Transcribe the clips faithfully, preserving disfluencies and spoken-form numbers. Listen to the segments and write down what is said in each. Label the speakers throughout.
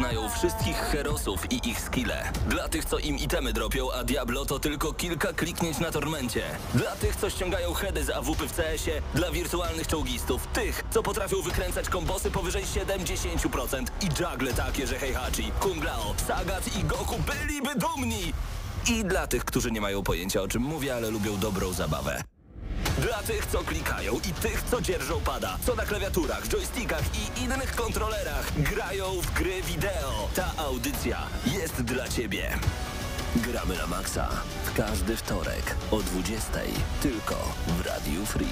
Speaker 1: znają wszystkich herosów i ich skille. Dla tych, co im itemy dropią, a Diablo to tylko kilka kliknięć na tormencie. Dla tych, co ściągają heady z A W P w C S ie, dla wirtualnych czołgistów, tych, co potrafią wykręcać kombosy powyżej siedemdziesiąt procent i juggle takie, że Heihachi, Kung Lao, Sagat i Goku byliby dumni. I dla tych, którzy nie mają pojęcia, o czym mówię, ale lubią dobrą zabawę. Dla tych, co klikają i tych, co dzierżą pada, co na klawiaturach, joystickach i innych kontrolerach grają w gry wideo. Ta audycja jest dla Ciebie. Gramy na maksa w każdy wtorek o dwudziestej tylko w Radiu Free.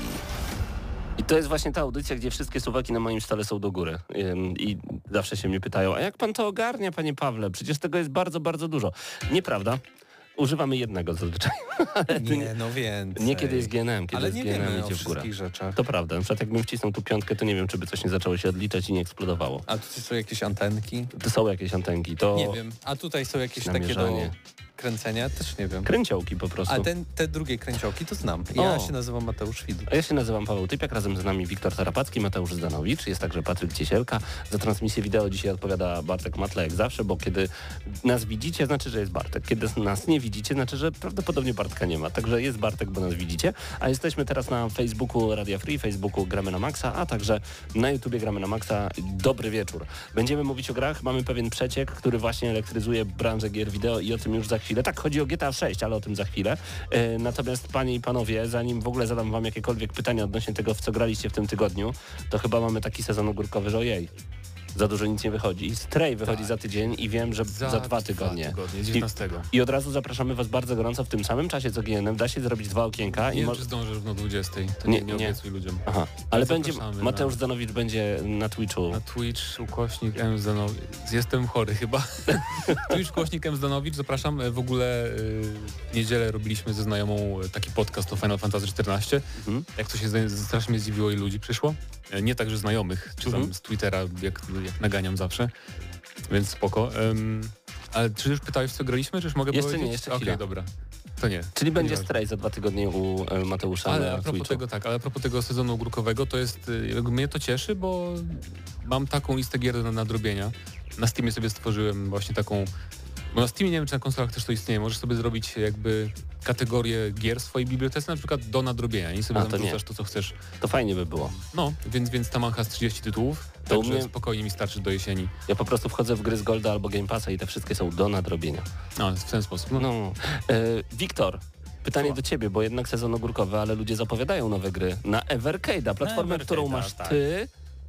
Speaker 2: I to jest właśnie ta audycja, gdzie wszystkie suwaki na moim stole są do góry. I zawsze się mnie pytają, a jak pan to ogarnia, panie Pawle? Przecież tego jest bardzo, bardzo dużo. Nieprawda. Używamy jednego zazwyczaj.
Speaker 3: nie, nie, no więcej.
Speaker 2: Nie kiedy jest G N M, kiedy
Speaker 3: ale
Speaker 2: jest
Speaker 3: nie
Speaker 2: G N M
Speaker 3: wiemy
Speaker 2: idzie
Speaker 3: o
Speaker 2: w górę.
Speaker 3: Rzeczach.
Speaker 2: To prawda. Na przykład jakbym wcisnął tu piątkę, to nie wiem, czy by coś nie zaczęło się odliczać i nie eksplodowało.
Speaker 3: A tu są jakieś antenki?
Speaker 2: To są jakieś antenki. To
Speaker 3: nie wiem. A tutaj są jakieś takie do kręcenia? Też nie wiem.
Speaker 2: Kręciołki po prostu.
Speaker 3: A ten, te drugie kręciołki to znam. Ja o. się nazywam Mateusz Widut.
Speaker 2: A ja się nazywam Paweł Typiak, razem z nami Wiktor Tarapacki, Mateusz Zdanowicz, jest także Patryk Ciesielka. Za transmisję wideo dzisiaj odpowiada Bartek Matla jak zawsze, bo kiedy nas widzicie, znaczy, że jest Bartek. Kiedy nas nie widzicie, znaczy, że prawdopodobnie Bartka nie ma. Także jest Bartek, bo nas widzicie. A jesteśmy teraz na Facebooku Radia Free, Facebooku Gramy na Maxa, a także na YouTubie Gramy na Maxa. Dobry wieczór. Będziemy mówić o grach. Mamy pewien przeciek, który właśnie elektryzuje branżę gier wideo i o tym już za chwilę. Tak, chodzi o G T A sześć, ale o tym za chwilę. E, natomiast panie i panowie, zanim w ogóle zadam wam jakiekolwiek pytania odnośnie tego, w co graliście w tym tygodniu, to chyba mamy taki sezon ogórkowy, że ojej. Za dużo nic nie wychodzi. Stray wychodzi tak. za tydzień i wiem, że za, za dwa tygodnie.
Speaker 4: tygodnie dziewiętnastego.
Speaker 2: I, I od razu zapraszamy was bardzo gorąco w tym samym czasie co G N M. Da się zrobić dwa okienka.
Speaker 4: Nie
Speaker 2: i
Speaker 4: wiem,
Speaker 2: mo-
Speaker 4: czy zdążysz w dwudziestej. To nie, nie, nie obiecuj ludziom.
Speaker 2: Aha. Ale będzie, Mateusz na... Zdanowicz będzie na Twitchu.
Speaker 4: Na Twitch, ukośnik M. Zdanowicz. Jestem chory chyba. Twitch, ukośnik M. Zdanowicz. Zapraszam. W ogóle y, w niedzielę robiliśmy ze znajomą taki podcast o Final Fantasy czternaście. Mhm. Jak to się strasznie mnie zdziwiło i ludzi przyszło. Nie tak, że znajomych, czy tam mhm. z Twittera, jak, jak naganiam zawsze, więc spoko. Um, ale czy już pytałeś, co graliśmy, czy już mogę
Speaker 2: jeszcze
Speaker 4: powiedzieć?
Speaker 2: Nie, jeszcze
Speaker 4: Okej, okay, dobra. To nie.
Speaker 2: Czyli
Speaker 4: to
Speaker 2: będzie
Speaker 4: nie
Speaker 2: Stray za dwa tygodnie u e, Mateusza
Speaker 4: ale
Speaker 2: na
Speaker 4: a propos
Speaker 2: Twitchu.
Speaker 4: tego, tak, ale a propos tego sezonu ogórkowego, to jest, jakby mnie to cieszy, bo mam taką listę gier do nadrobienia. Na Steamie sobie stworzyłem właśnie taką, bo na Steamie nie wiem, czy na konsolach też to istnieje, możesz sobie zrobić jakby kategorię gier w swojej bibliotece, na przykład do nadrobienia i sobie a, tam wrzucasz to, co chcesz.
Speaker 2: To fajnie by było.
Speaker 4: No, więc, więc tam mam chyba trzydzieści tytułów, to także mnie... spokojnie mi starczy do jesieni.
Speaker 2: Ja po prostu wchodzę w gry z Golda albo Game Passa i te wszystkie są do nadrobienia.
Speaker 4: No, w ten sposób. No.
Speaker 2: no. E, Wiktor, pytanie Co? do ciebie, bo jednak sezon ogórkowy, ale ludzie zapowiadają nowe gry na Evercade'a, platformę, Evercade'a, którą masz tak. ty.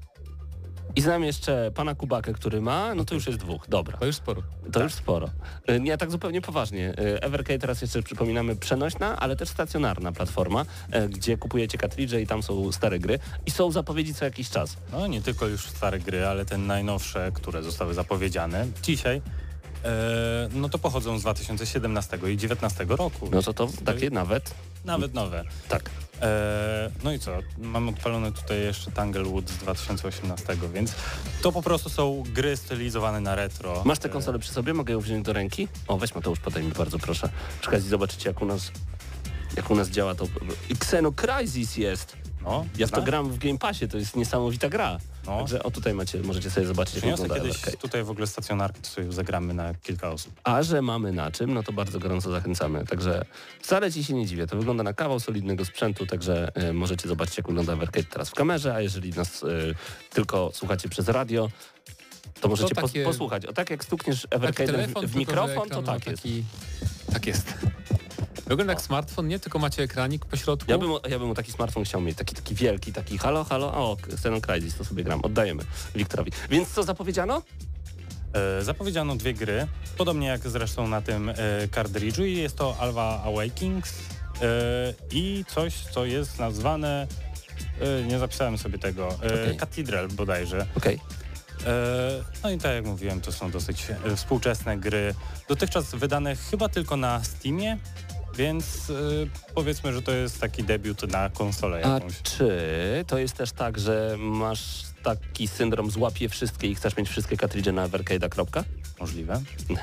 Speaker 2: I znam jeszcze pana Kubakę, który ma, no to już jest dwóch, dobra.
Speaker 4: To już sporo.
Speaker 2: To
Speaker 4: tak.
Speaker 2: już sporo. Nie, tak zupełnie poważnie. Evercade teraz jeszcze przypominamy przenośna, ale też stacjonarna platforma, gdzie kupujecie kartridże i tam są stare gry i są zapowiedzi co jakiś czas.
Speaker 5: No nie tylko już stare gry, ale te najnowsze, które zostały zapowiedziane dzisiaj, e, no to pochodzą z dwa tysiące siedemnastego i dziewiętnastego roku.
Speaker 2: No to to takie nawet...
Speaker 5: Nawet nowe.
Speaker 2: Tak.
Speaker 5: E, no i co? Mam odpalone tutaj jeszcze Tanglewood z dwa tysiące osiemnastego, więc to po prostu są gry stylizowane na retro.
Speaker 2: Masz tę konsolę przy sobie? Mogę ją wziąć do ręki? O, weź Mateusz, podaj mi bardzo proszę. Przy okazji zobaczycie, jak u nas, jak u nas działa to... I Xenocrisis jest! No, ja w to gram w Game Passie, to jest niesamowita gra. No. Także o tutaj macie, możecie sobie zobaczyć, jak wygląda
Speaker 5: kiedyś
Speaker 2: Evercade.
Speaker 5: Tutaj w ogóle stacjonarkę, to sobie zagramy na kilka osób.
Speaker 2: A że mamy na czym, no to bardzo gorąco zachęcamy. Także wcale ci się nie dziwię. To wygląda na kawał solidnego sprzętu, także y, możecie zobaczyć, jak wygląda Evercade teraz w kamerze, a jeżeli nas y, tylko słuchacie przez radio, to możecie to takie, pos- posłuchać. O tak jak stukniesz Evercade'em w, w mikrofon, to tak jest.
Speaker 4: Taki, tak jest. Wygląda jak smartfon, nie? Tylko macie ekranik po środku.
Speaker 2: Ja bym, ja bym taki smartfon chciał mieć, taki taki wielki, taki halo, halo, o, Xenocrisis, to sobie gram, oddajemy Wiktorowi. Więc co zapowiedziano?
Speaker 5: E, zapowiedziano dwie gry, podobnie jak zresztą na tym e, kartridżu i jest to Alpha Awakens e, i coś, co jest nazwane, e, nie zapisałem sobie tego, e, okay. Cathedral bodajże.
Speaker 2: Okej.
Speaker 5: Okay. No i tak jak mówiłem, to są dosyć współczesne gry, dotychczas wydane chyba tylko na Steamie, więc y, powiedzmy, że to jest taki debiut na konsolę jakąś.
Speaker 2: A czy to jest też tak, że masz taki syndrom złapie wszystkie i chcesz mieć wszystkie kartridże na Evercade'a, kropka?
Speaker 5: Możliwe.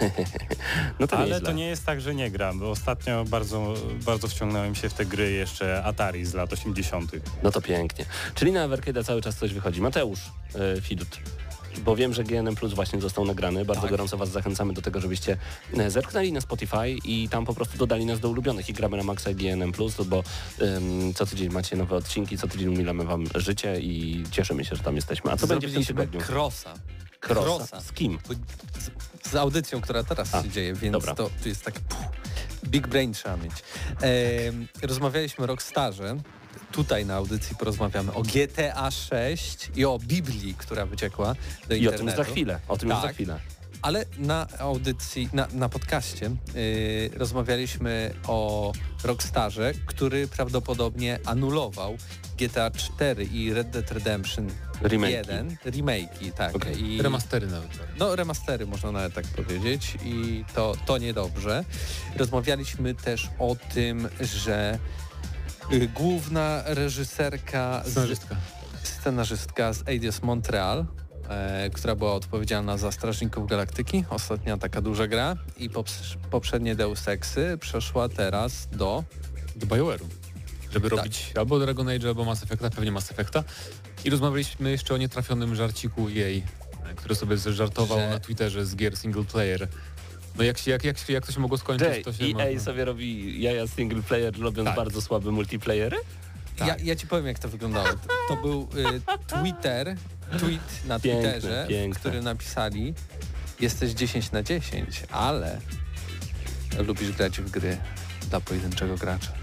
Speaker 2: No to
Speaker 5: ale
Speaker 2: nie
Speaker 5: to nie jest tak, że nie gram, bo ostatnio bardzo, bardzo wciągnąłem się w te gry jeszcze Atari z lat osiemdziesiątych.
Speaker 2: No to pięknie. Czyli na Evercade'a cały czas coś wychodzi. Mateusz yy, Filut. bo wiem, że G N M Plus właśnie został nagrany. Bardzo
Speaker 3: tak.
Speaker 2: gorąco was zachęcamy do tego, żebyście zerknęli na Spotify i tam po prostu dodali nas do ulubionych i gramy na maksa G N M Plus, bo um, co tydzień macie nowe odcinki, co tydzień umilamy wam życie i cieszymy się, że tam jesteśmy. A co będzie w tym tygodniu?
Speaker 3: Crossa.
Speaker 2: Crossa.
Speaker 3: Crossa.
Speaker 2: Z kim?
Speaker 3: Z, z audycją, która teraz
Speaker 2: A,
Speaker 3: się dzieje, więc
Speaker 2: dobra.
Speaker 3: to, to jest tak... Puh, big brain trzeba mieć. E, rozmawialiśmy o Rockstarze. Tutaj na audycji porozmawiamy o G T A sześć i o Biblii, która wyciekła do
Speaker 2: I
Speaker 3: internetu.
Speaker 2: o tym za chwilę. O tym
Speaker 3: tak.
Speaker 2: już za chwilę.
Speaker 3: Ale na audycji, na, na podcaście yy, rozmawialiśmy o Rockstarze, który prawdopodobnie anulował G T A cztery i Red Dead Redemption
Speaker 2: Remake'i.
Speaker 3: jeden. Remake'i, tak.
Speaker 2: Okay.
Speaker 3: I,
Speaker 4: Remastery nawet.
Speaker 3: no remastery można nawet tak powiedzieć i to, to niedobrze. Rozmawialiśmy też o tym, że y, główna reżyserka,
Speaker 4: Scenarzystka.
Speaker 3: z, scenarzystka z Eidos Montreal, e, która była odpowiedzialna za Strażników Galaktyki, ostatnia taka duża gra i pops- poprzednie Deus Exy przeszła teraz do...
Speaker 4: Do BioWare'u. Żeby
Speaker 3: Tak.
Speaker 4: robić albo Dragon Age, albo Mass Effecta, pewnie Mass Effecta. I rozmawialiśmy jeszcze o nietrafionym żarciku E A, który sobie żartował
Speaker 3: Że-
Speaker 4: na Twitterze z gier single player. No jak, się, jak, jak, się, jak to się mogło skończyć,
Speaker 2: Jay,
Speaker 4: to się...
Speaker 2: E A
Speaker 4: można-
Speaker 2: sobie robi jaja single player, robiąc
Speaker 4: Tak.
Speaker 2: bardzo słabe multiplayery?
Speaker 3: Ja,
Speaker 4: Tak.
Speaker 3: ja ci powiem, jak to wyglądało. To, to był y, Twitter, tweet na
Speaker 2: Piękne,
Speaker 3: Twitterze,
Speaker 2: piękne.
Speaker 3: w którym napisali: jesteś dziesięć na dziesięć, ale lubisz grać w gry dla pojedynczego gracza.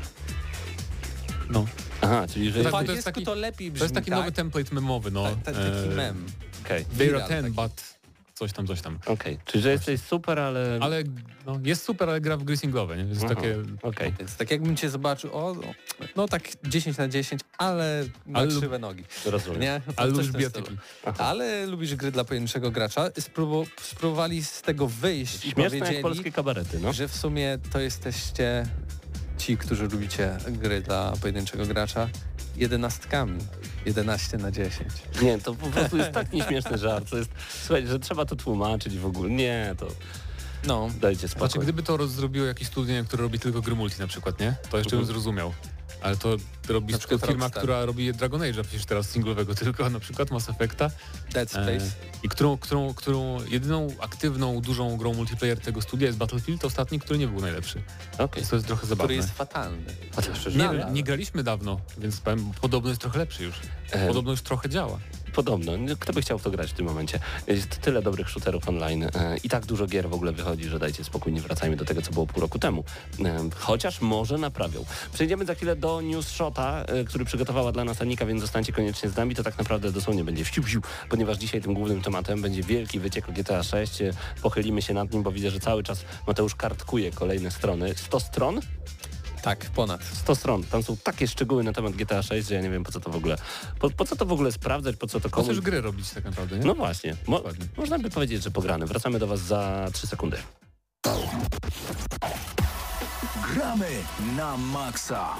Speaker 4: No.
Speaker 2: Aha, czyli że...
Speaker 3: Po
Speaker 4: Tak, to
Speaker 3: angielsku
Speaker 4: jest taki-
Speaker 3: to lepiej brzmi,
Speaker 4: To jest taki
Speaker 3: tak?
Speaker 4: nowy template memowy, no.
Speaker 3: Ta, ta, taki
Speaker 4: E,
Speaker 3: mem.
Speaker 2: Okej,
Speaker 4: They're a
Speaker 3: Viral
Speaker 4: ten,
Speaker 3: taki.
Speaker 4: but coś tam, coś tam.
Speaker 2: okej. Czyli że jesteś super, ale...
Speaker 4: Ale no, jest super, ale gra w gry singlowe, nie? Jest
Speaker 2: Aha,
Speaker 4: takie...
Speaker 2: Okej.
Speaker 3: Więc tak jakbym cię zobaczył, o, no, no tak dziesięć na dziesięć, ale na
Speaker 4: Ale-
Speaker 3: krzywe nogi.
Speaker 2: Rozumiem.
Speaker 3: Nie? No to
Speaker 4: Ale
Speaker 3: coś
Speaker 4: lubisz
Speaker 3: w tym
Speaker 4: bijatyki.
Speaker 3: stylu. Ale lubisz gry dla pojedynczego gracza. Spróbu- spróbowali z tego wyjść i
Speaker 2: Śmieszne jak
Speaker 3: powiedzieli,
Speaker 2: polskie kabarety, no.
Speaker 3: że w sumie to jesteście ci, którzy lubicie gry dla pojedynczego gracza, jedenastkami. jedenaście na dziesięć.
Speaker 2: Nie, to po prostu jest tak nieśmieszny żart. To jest, słuchaj, że trzeba to tłumaczyć w ogóle. Nie, to
Speaker 3: No,
Speaker 2: dajcie spokój.
Speaker 4: Znaczy, gdyby to roz- zrobiło jakieś studio, które robi tylko gry multi na przykład, nie? To jeszcze bym
Speaker 2: Mhm.
Speaker 4: zrozumiał. Ale to robi
Speaker 3: Na przykład
Speaker 4: firma,
Speaker 3: Rockstar.
Speaker 4: która robi Dragon Age'a przecież teraz singlowego tylko, na przykład Mass Effecta.
Speaker 3: Dead Space.
Speaker 4: E, I którą, którą, którą jedyną aktywną, dużą grą multiplayer tego studia jest Battlefield ostatni, który nie był najlepszy.
Speaker 2: Okej.
Speaker 4: Więc to jest trochę zabawne.
Speaker 3: Który jest fatalny.
Speaker 2: Okay.
Speaker 4: Nie,
Speaker 3: Nadal.
Speaker 4: nie graliśmy dawno, więc powiem, podobno jest trochę lepszy już.
Speaker 2: E,
Speaker 4: Podobno już trochę działa.
Speaker 2: Podobno. Kto by chciał w to grać w tym momencie? Jest tyle dobrych shooterów online e, i tak dużo gier w ogóle wychodzi, że dajcie spokój, nie wracajmy do tego, co było pół roku temu. E, chociaż może naprawią. Przejdziemy za chwilę do News Shota, e, który przygotowała dla nas Anika, więc zostańcie koniecznie z nami. To tak naprawdę dosłownie będzie wsiu, wsiu, ponieważ dzisiaj tym głównym tematem będzie wielki wyciek o G T A sześć. E, pochylimy się nad nim, bo widzę, że cały czas Mateusz kartkuje kolejne strony. sto stron?
Speaker 3: Tak, ponad.
Speaker 2: sto stron. Tam są takie szczegóły na temat G T A sześć, że ja nie wiem, po co to w ogóle, po, po co to w ogóle sprawdzać, po co to
Speaker 4: Po
Speaker 2: komu...
Speaker 4: co już gry robić tak naprawdę, nie?
Speaker 2: No właśnie, Mo-
Speaker 4: Dokładnie.
Speaker 2: można by powiedzieć, że pograny. Wracamy do Was za trzy sekundy.
Speaker 6: Gramy na maksa.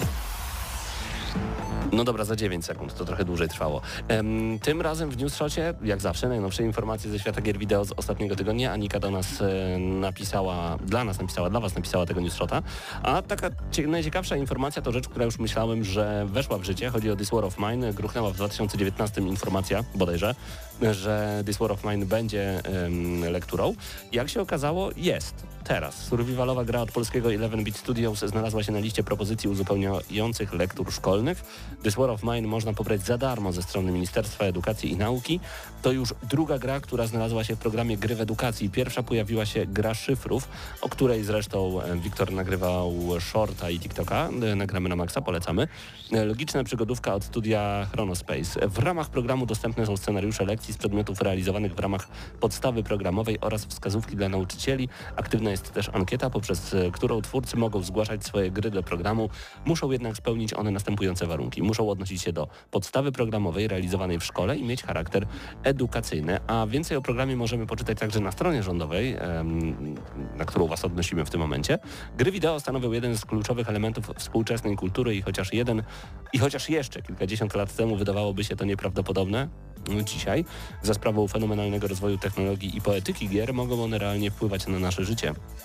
Speaker 2: No dobra, za dziewięć sekund, to trochę dłużej trwało. Ehm, tym razem w Newsshocie, jak zawsze, najnowsze informacje ze świata gier wideo z ostatniego tygodnia. Anika do nas e, napisała, dla nas napisała, dla Was napisała tego Newsshota. A taka cie- najciekawsza informacja to rzecz, która już myślałem, że weszła w życie. Chodzi o This War of Mine. Gruchnęła w dwa tysiące dziewiętnastym informacja, bodajże, że This War of Mine będzie em, lekturą. Jak się okazało, jest. Teraz. Survivalowa gra od polskiego eleven bit Studios znalazła się na liście propozycji uzupełniających lektur szkolnych. This War of Mine można pobrać za darmo ze strony Ministerstwa Edukacji i Nauki. To już druga gra, która znalazła się w programie Gry w Edukacji. Pierwsza pojawiła się gra szyfrów, o której zresztą Wiktor nagrywał shorta i TikToka. Nagramy na maksa, polecamy. Logiczna przygodówka od studia Chronospace. W ramach programu dostępne są scenariusze lekcji z przedmiotów realizowanych w ramach podstawy programowej oraz wskazówki dla nauczycieli. Aktywna jest też ankieta, poprzez którą twórcy mogą zgłaszać swoje gry do programu. Muszą jednak spełnić one następujące warunki. Muszą odnosić się do podstawy programowej realizowanej w szkole i mieć charakter edukacyjny. A więcej o programie możemy poczytać także na stronie rządowej, na którą Was odnosimy w tym momencie. Gry wideo stanowią jeden z kluczowych elementów współczesnej kultury i chociaż jeden i chociaż jeszcze kilkadziesiąt lat temu wydawałoby się to nieprawdopodobne, dzisiaj za sprawą fenomenalnego rozwoju technologii i poetyki gier mogą one realnie wpływać na nasze życie.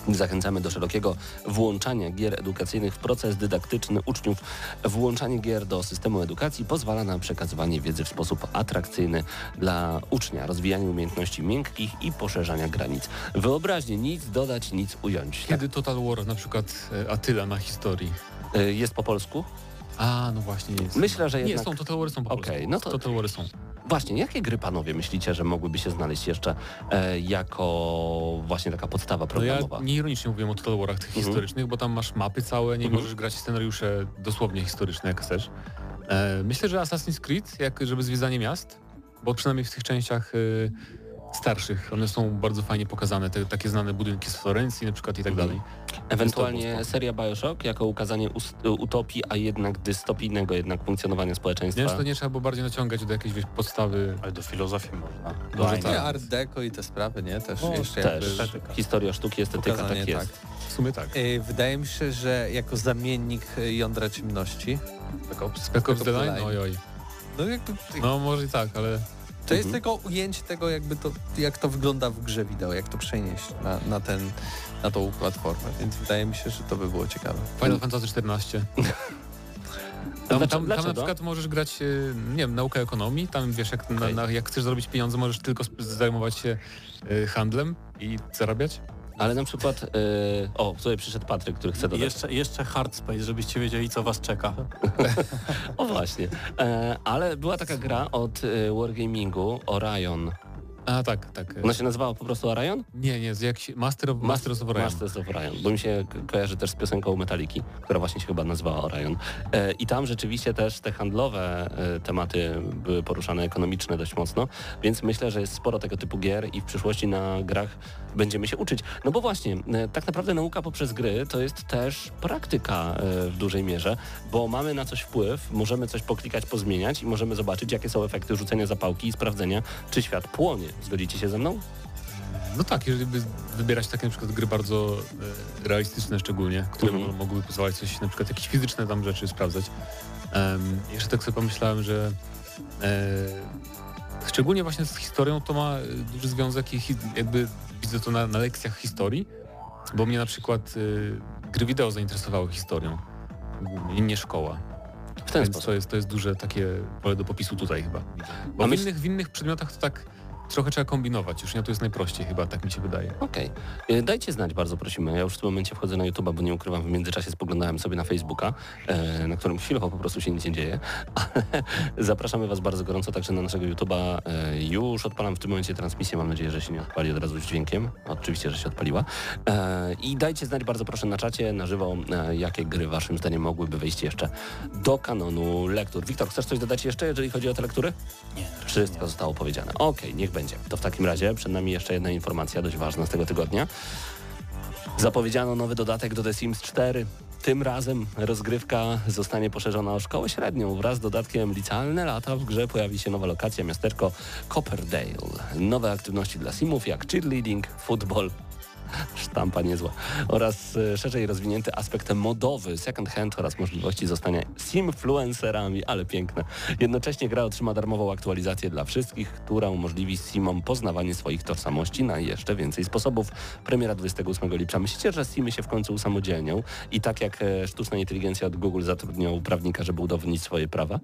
Speaker 2: Zachęcamy do szerokiego włączania gier edukacyjnych w proces dydaktyczny uczniów. Włączanie gier do systemu edukacji pozwala na przekazywanie wiedzy w sposób atrakcyjny dla ucznia, rozwijanie umiejętności miękkich i poszerzania granic. Wyobraźnie, nic dodać, nic ująć.
Speaker 4: Kiedy Total War, na przykład e, Attila na historii.
Speaker 2: Y, Jest po polsku?
Speaker 4: A, no właśnie jest.
Speaker 2: Myślę, że jednak...
Speaker 4: Nie, są, Total Wary są po
Speaker 2: Okej,
Speaker 4: polsku.
Speaker 2: no to-
Speaker 4: Total Wary są.
Speaker 2: Właśnie, jakie gry, panowie, myślicie, że mogłyby się znaleźć jeszcze e, jako właśnie taka podstawa
Speaker 4: No ja
Speaker 2: programowa?
Speaker 4: nieironicznie mówiłem o Total Warach tych
Speaker 2: Mhm.
Speaker 4: historycznych, bo tam masz mapy całe, nie
Speaker 2: Mhm.
Speaker 4: możesz grać scenariusze dosłownie historyczne, jak chcesz. E, myślę, że Assassin's Creed, jak żeby zwiedzanie miast, bo przynajmniej w tych częściach e, starszych, one są bardzo fajnie pokazane, te takie znane budynki z Florencji na przykład i tak
Speaker 2: Mhm.
Speaker 4: dalej.
Speaker 2: Ewentualnie
Speaker 4: Jest to
Speaker 2: seria Bioshock jako ukazanie us- utopii, a jednak dystopijnego jednak funkcjonowania społeczeństwa.
Speaker 4: Nie, że to nie trzeba było bardziej naciągać do jakiejś wiesz, podstawy.
Speaker 5: Ale do filozofii można.
Speaker 4: Może
Speaker 5: Fajnie.
Speaker 4: tak.
Speaker 3: Nie, Art Deco i te sprawy, nie? Też
Speaker 5: O,
Speaker 3: jeszcze
Speaker 2: Też.
Speaker 3: jakby
Speaker 2: Historia sztuki, estetyka,
Speaker 3: pokazanie,
Speaker 2: tak jest.
Speaker 4: W sumie tak.
Speaker 3: Y, Wydaje mi się, że jako zamiennik y, jądra ciemności,
Speaker 4: Spec Ops, Spec Ops The Line? Oj, oj.
Speaker 3: no jakby
Speaker 4: No może i tak, ale
Speaker 3: to jest
Speaker 2: Mhm.
Speaker 3: tylko ujęcie tego, jakby to, jak to wygląda w grze wideo, jak to przenieść na, na, ten, na tą platformę, więc wydaje mi się, że to by było ciekawe.
Speaker 4: Final Fantasy czternaście. Tam,
Speaker 2: Dlaczego-
Speaker 4: tam, tam na
Speaker 2: dlaczego?
Speaker 4: przykład możesz grać, y, nie wiem, naukę ekonomii, tam wiesz, jak,
Speaker 2: Okej.
Speaker 4: na, na, jak chcesz zarobić pieniądze, możesz tylko sp- zajmować się y, handlem i zarabiać.
Speaker 2: Ale na przykład, e, o, tutaj przyszedł Patryk, który chce
Speaker 5: I
Speaker 2: dodać.
Speaker 5: jeszcze, jeszcze Hard Space, żebyście wiedzieli, co was czeka.
Speaker 2: O właśnie. E, ale była taka gra od e, Wargamingu, Orion.
Speaker 4: A tak, tak. y,
Speaker 2: Ona się nazywała po prostu Orion?
Speaker 4: Nie, nie, jak się, Master of, Masters of Orion.
Speaker 2: Masters of Orion, bo mi się ko- kojarzy też z piosenką Metaliki, która właśnie się chyba nazywała Orion. E, I tam rzeczywiście też te handlowe e, tematy były poruszane, ekonomiczne dość mocno, więc myślę, że jest sporo tego typu gier i w przyszłości na grach będziemy się uczyć. No bo właśnie, e, tak naprawdę nauka poprzez gry to jest też praktyka e, w dużej mierze, bo mamy na coś wpływ, możemy coś poklikać, pozmieniać i możemy zobaczyć, jakie są efekty rzucenia zapałki i sprawdzenia, czy świat płonie. Zgodzicie się ze mną?
Speaker 4: No tak, jeżeli by wybierać takie na przykład gry bardzo e, realistyczne szczególnie, które
Speaker 2: Mhm.
Speaker 4: mo- mogłyby pozwalać coś, na przykład jakieś fizyczne tam rzeczy sprawdzać. Um, jeszcze tak sobie pomyślałem, że e, szczególnie właśnie z historią to ma e, duży związek i hi, jakby widzę to na, na lekcjach historii, bo mnie na przykład e, gry wideo zainteresowały historią, głównie, nie szkoła.
Speaker 2: W ten
Speaker 4: Więc
Speaker 2: sposób.
Speaker 4: to jest, to jest duże takie pole do popisu tutaj chyba. Bo
Speaker 2: A
Speaker 4: w,
Speaker 2: myśl-
Speaker 4: innych, w innych przedmiotach to tak trochę trzeba kombinować. Już nie, to jest najprościej chyba, tak mi się wydaje.
Speaker 2: Okej. Y, Dajcie znać, bardzo prosimy. Ja już w tym momencie wchodzę na YouTube'a, bo nie ukrywam, w międzyczasie spoglądałem sobie na Facebooka, e, na którym chwilowo po prostu się nic nie dzieje. Ale zapraszamy Was bardzo gorąco także na naszego YouTube'a. E, już odpalam w tym momencie transmisję. Mam nadzieję, że się nie odpali od razu z dźwiękiem. Oczywiście, że się odpaliła. E, I dajcie znać bardzo proszę na czacie, na żywo, e, jakie gry Waszym zdaniem mogłyby wejść jeszcze do kanonu lektur. Wiktor, chcesz coś dodać jeszcze, jeżeli chodzi o te lektury?
Speaker 5: Nie.
Speaker 2: Wszystko zostało powiedziane. Okej, niech będzie. To w takim razie przed nami jeszcze jedna informacja dość ważna z tego tygodnia. Zapowiedziano nowy dodatek do The Sims cztery. Tym razem rozgrywka zostanie poszerzona o szkołę średnią. Wraz z dodatkiem Licealne lata w grze pojawi się nowa lokacja, miasteczko Copperdale. Nowe aktywności dla Simów jak cheerleading, futbol, sztampa niezła, oraz e, szerzej rozwinięty aspekt modowy, second hand oraz możliwości zostania simfluencerami, ale piękne. Jednocześnie gra otrzyma darmową aktualizację dla wszystkich, która umożliwi Simom poznawanie swoich tożsamości na jeszcze więcej sposobów. Premiera dwudziestego ósmego lipca. Myślicie, że Simy się w końcu usamodzielnią i tak jak e, sztuczna inteligencja od Google zatrudnią prawnika, żeby udowodnić swoje prawa?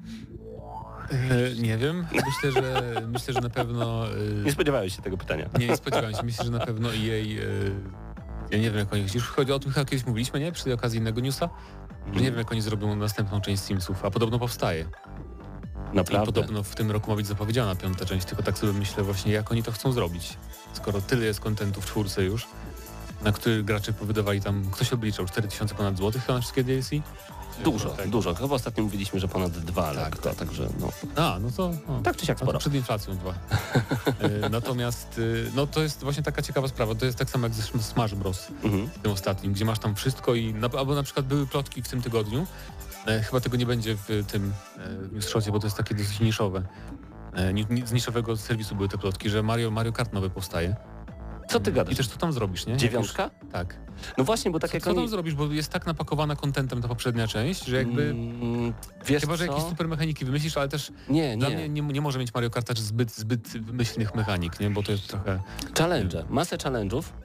Speaker 4: E, nie wiem. Myślę, że myślę, że na pewno. E,
Speaker 2: Nie spodziewałeś się tego pytania.
Speaker 4: nie, nie spodziewałem się. Myślę, że na pewno jej. E, ja nie wiem, jak oni. Już chodzi o tym, chyba kiedyś mówiliśmy, nie? Przy okazji innego newsa. Że nie wiem, jak oni zrobią następną część Simsów, a podobno powstaje. I
Speaker 2: Naprawdę.
Speaker 4: podobno w tym roku ma być zapowiedziana piąta część, tylko tak sobie myślę właśnie, jak oni to chcą zrobić. Skoro tyle jest kontentu w czwórce już, na który gracze powydawali tam, ktoś obliczał, cztery tysiące ponad złotych chyba na wszystkie D L C?
Speaker 2: Dużo,
Speaker 4: Tak.
Speaker 2: dużo. Chyba ostatnio mówiliśmy, że ponad dwa
Speaker 4: Tak,
Speaker 2: lekko,
Speaker 4: tak.
Speaker 2: także no,
Speaker 4: A, no to... O.
Speaker 2: tak czy siak
Speaker 4: No to
Speaker 2: sporo.
Speaker 4: przed inflacją dwa. E, Natomiast e, no to jest właśnie taka ciekawa sprawa. To jest tak samo jak ze Sm- Smash Bros.
Speaker 2: Mhm.
Speaker 4: tym ostatnim, gdzie masz tam wszystko i na, albo na przykład były plotki w tym tygodniu. E, chyba tego nie będzie w tym e, w Newsshocie, bo to jest takie dosyć niszowe. E, ni, ni, z niszowego serwisu były te plotki, że Mario, Mario Kart nowy powstaje.
Speaker 2: Co ty gadasz?
Speaker 4: I też co tam zrobisz, nie? Jak
Speaker 2: Dziewiątka?
Speaker 4: Już, tak.
Speaker 2: No właśnie, bo tak
Speaker 4: Co,
Speaker 2: jak
Speaker 4: co tam
Speaker 2: oni...
Speaker 4: zrobisz, bo jest tak napakowana kontentem ta poprzednia część, że jakby...
Speaker 2: Mm, wiesz
Speaker 4: Chyba, że
Speaker 2: co?
Speaker 4: jakieś super mechaniki wymyślisz, ale też
Speaker 2: Nie,
Speaker 4: dla
Speaker 2: nie.
Speaker 4: mnie nie, nie może mieć Mario Kart też zbyt, zbyt wymyślnych mechanik, nie? Bo to jest trochę...
Speaker 2: Challenge. Masę challenge'ów.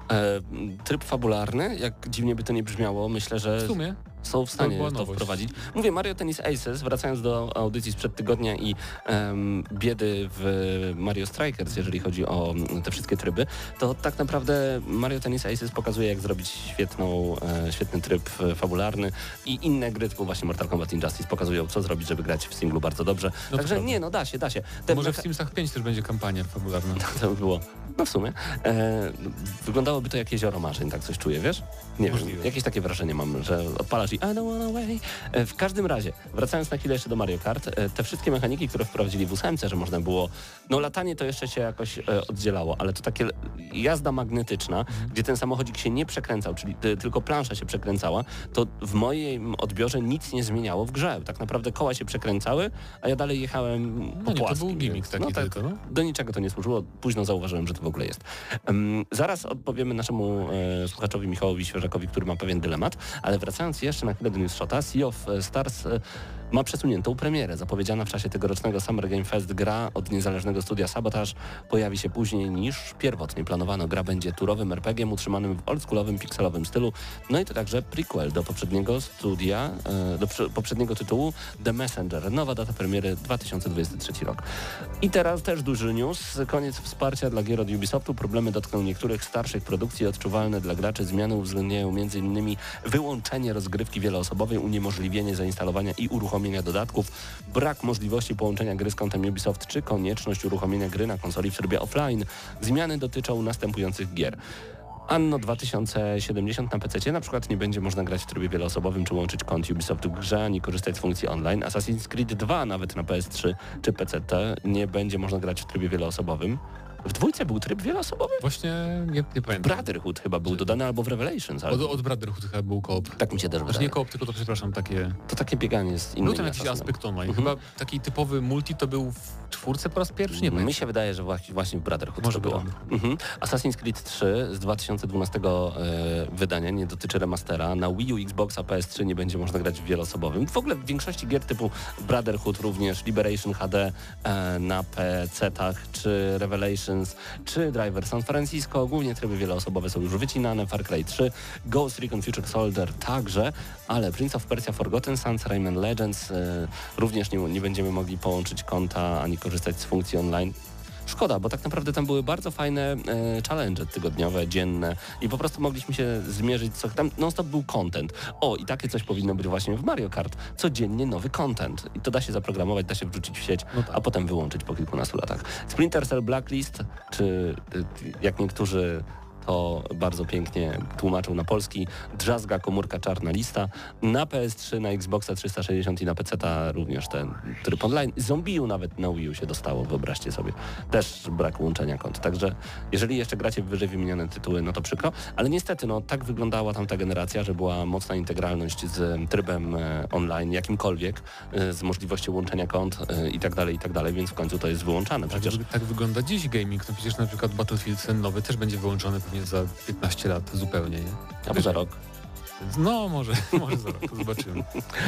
Speaker 2: E, tryb fabularny, jak dziwnie by to nie brzmiało, myślę, że
Speaker 4: W sumie
Speaker 2: są w stanie
Speaker 4: była
Speaker 2: to
Speaker 4: nowość.
Speaker 2: wprowadzić. Mówię, Mario Tennis Aces, wracając do audycji sprzed tygodnia i em, biedy w Mario Strikers, jeżeli chodzi o mm, te wszystkie tryby, to tak naprawdę Mario Tennis Aces pokazuje, jak zrobić świetną, e, świetny tryb e, fabularny i inne gry typu właśnie Mortal Kombat Injustice pokazują, co zrobić, żeby grać w singlu bardzo dobrze.
Speaker 4: to
Speaker 2: Także
Speaker 4: prawda.
Speaker 2: nie, no da się, da się. Te
Speaker 4: może w
Speaker 2: mecha-
Speaker 4: Simsach pięć też będzie kampania fabularna.
Speaker 2: to by było, no w sumie. E, wyglądałoby to jak jezioro marzeń, tak coś czuję, wiesz? Nie
Speaker 4: Możliwe.
Speaker 2: wiem, jakieś takie wrażenie mam, że odpalasz i I don't wanna wait. E, w każdym razie, wracając na chwilę jeszcze do Mario Kart, e, te wszystkie mechaniki, które wprowadzili w ósemce, że można było, no latanie to jeszcze się jakoś e, oddzielało, ale to takie jazda magnetyczna, gdzie ten samochodzik się nie przekręcał, czyli e, tylko plansza się przekręcała, to w moim odbiorze nic nie zmieniało w grze. Tak naprawdę koła się przekręcały, a ja dalej jechałem po
Speaker 4: No nie, to
Speaker 2: płaskim,
Speaker 4: był gimmick
Speaker 2: więc,
Speaker 4: taki
Speaker 2: no, tak,
Speaker 4: tylko, no.
Speaker 2: do niczego to nie służyło. Późno zauważyłem, że to w ogóle jest. Um, zaraz odpowiemy naszemu e, słuchaczowi Michałowi Świeżakowi, który ma pewien dylemat, ale wracając jeszcze na chwilę do News Shota, Sea of Stars e, ma przesuniętą premierę. Zapowiedziana w czasie tegorocznego Summer Game Fest gra od niezależnego studia Sabotage pojawi się później niż pierwotnie planowano. Gra będzie turowym er pe gie em utrzymanym w oldschoolowym, pikselowym stylu. No i to także prequel do poprzedniego studia, e, do przy, poprzedniego tytułu The Messenger. Nowa data premiery dwa tysiące dwudziesty trzeci rok. I teraz też duży news. Koniec wsparcia dla gier od Ubisoftu. Problemy dotkną niektórych starszych produkcji odczuwalne dla graczy. Zmiany uwzględniają m.in. wyłączenie rozgrywki wieloosobowej, uniemożliwienie zainstalowania i uruchomienia dodatków, brak możliwości połączenia gry z kontem Ubisoft czy konieczność uruchomienia gry na konsoli w trybie offline. Zmiany dotyczą następujących gier. Anno dwa tysiące siedemdziesiąt na pececie na przykład nie będzie można grać w trybie wieloosobowym czy łączyć kont Ubisoft w grze, ani korzystać z funkcji online. Assassin's Creed dwa nawet na pe es trzy czy pe ce te nie będzie można grać w trybie wieloosobowym. W dwójce był tryb wieloosobowy?
Speaker 4: Właśnie nie, nie pamiętam.
Speaker 2: Brotherhood chyba był dodany albo w Revelations. Ale
Speaker 4: Od, od Brotherhood chyba był koop.
Speaker 2: tak mi się też
Speaker 4: Znaczy
Speaker 2: wydaje.
Speaker 4: nie koop, tylko to przepraszam, takie...
Speaker 2: To takie bieganie z innymi
Speaker 4: Był tam jakiś
Speaker 2: asasynem.
Speaker 4: aspekt online.
Speaker 2: Mhm.
Speaker 4: Chyba taki typowy multi to był w czwórce po raz pierwszy? Nie
Speaker 2: Mi
Speaker 4: pamiętam.
Speaker 2: się wydaje, że właśnie właśnie w Brotherhood
Speaker 4: Może
Speaker 2: to było.
Speaker 4: Brotherhood.
Speaker 2: Mhm. Assassin's Creed trzy z dwa tysiące dwunastego e, wydania, nie dotyczy remastera. Na Wii U, Xboxa, pe es trzy nie będzie można grać w wieloosobowym. W ogóle w większości gier typu Brotherhood również, Liberation ha de e, na pecetach, czy Revelations, czy Driver San Francisco. Głównie tryby wieloosobowe są już wycinane. Far Cry trzy, Ghost Recon Future Soldier także, ale Prince of Persia Forgotten Sands, Rayman Legends e, również nie, nie będziemy mogli połączyć konta ani korzystać z funkcji online. Szkoda, bo tak naprawdę tam były bardzo fajne e, challenge tygodniowe, dzienne i po prostu mogliśmy się zmierzyć, co tam non-stop był content. O, i takie coś powinno być właśnie w Mario Kart. Codziennie nowy content. I to da się zaprogramować, da się wrzucić w sieć,
Speaker 4: No tak.
Speaker 2: a potem wyłączyć po kilkunastu latach. Splinter Cell Blacklist, czy y, jak niektórzy to bardzo pięknie tłumaczył na polski, drzazga komórka czarna lista. Na pe es trzy, na Xboxa trzysta sześćdziesiąt i na peceta również ten tryb online. Zombiu nawet na Wii U się dostało, wyobraźcie sobie. Też brak łączenia kont. Także jeżeli jeszcze gracie w wyżej wymienione tytuły, no to przykro. Ale niestety, no tak wyglądała tamta generacja, że była mocna integralność z trybem e, online jakimkolwiek, e, z możliwością łączenia kont e, i tak dalej, i tak dalej, więc w końcu to jest wyłączane.
Speaker 4: Tak,
Speaker 2: Przecież
Speaker 4: tak wygląda dziś gaming. No przecież na przykład Battlefield ten nowy też będzie wyłączony pewnie za piętnaście lat zupełnie, nie?
Speaker 2: albo za rok.
Speaker 4: No może, może za rok, to zobaczymy.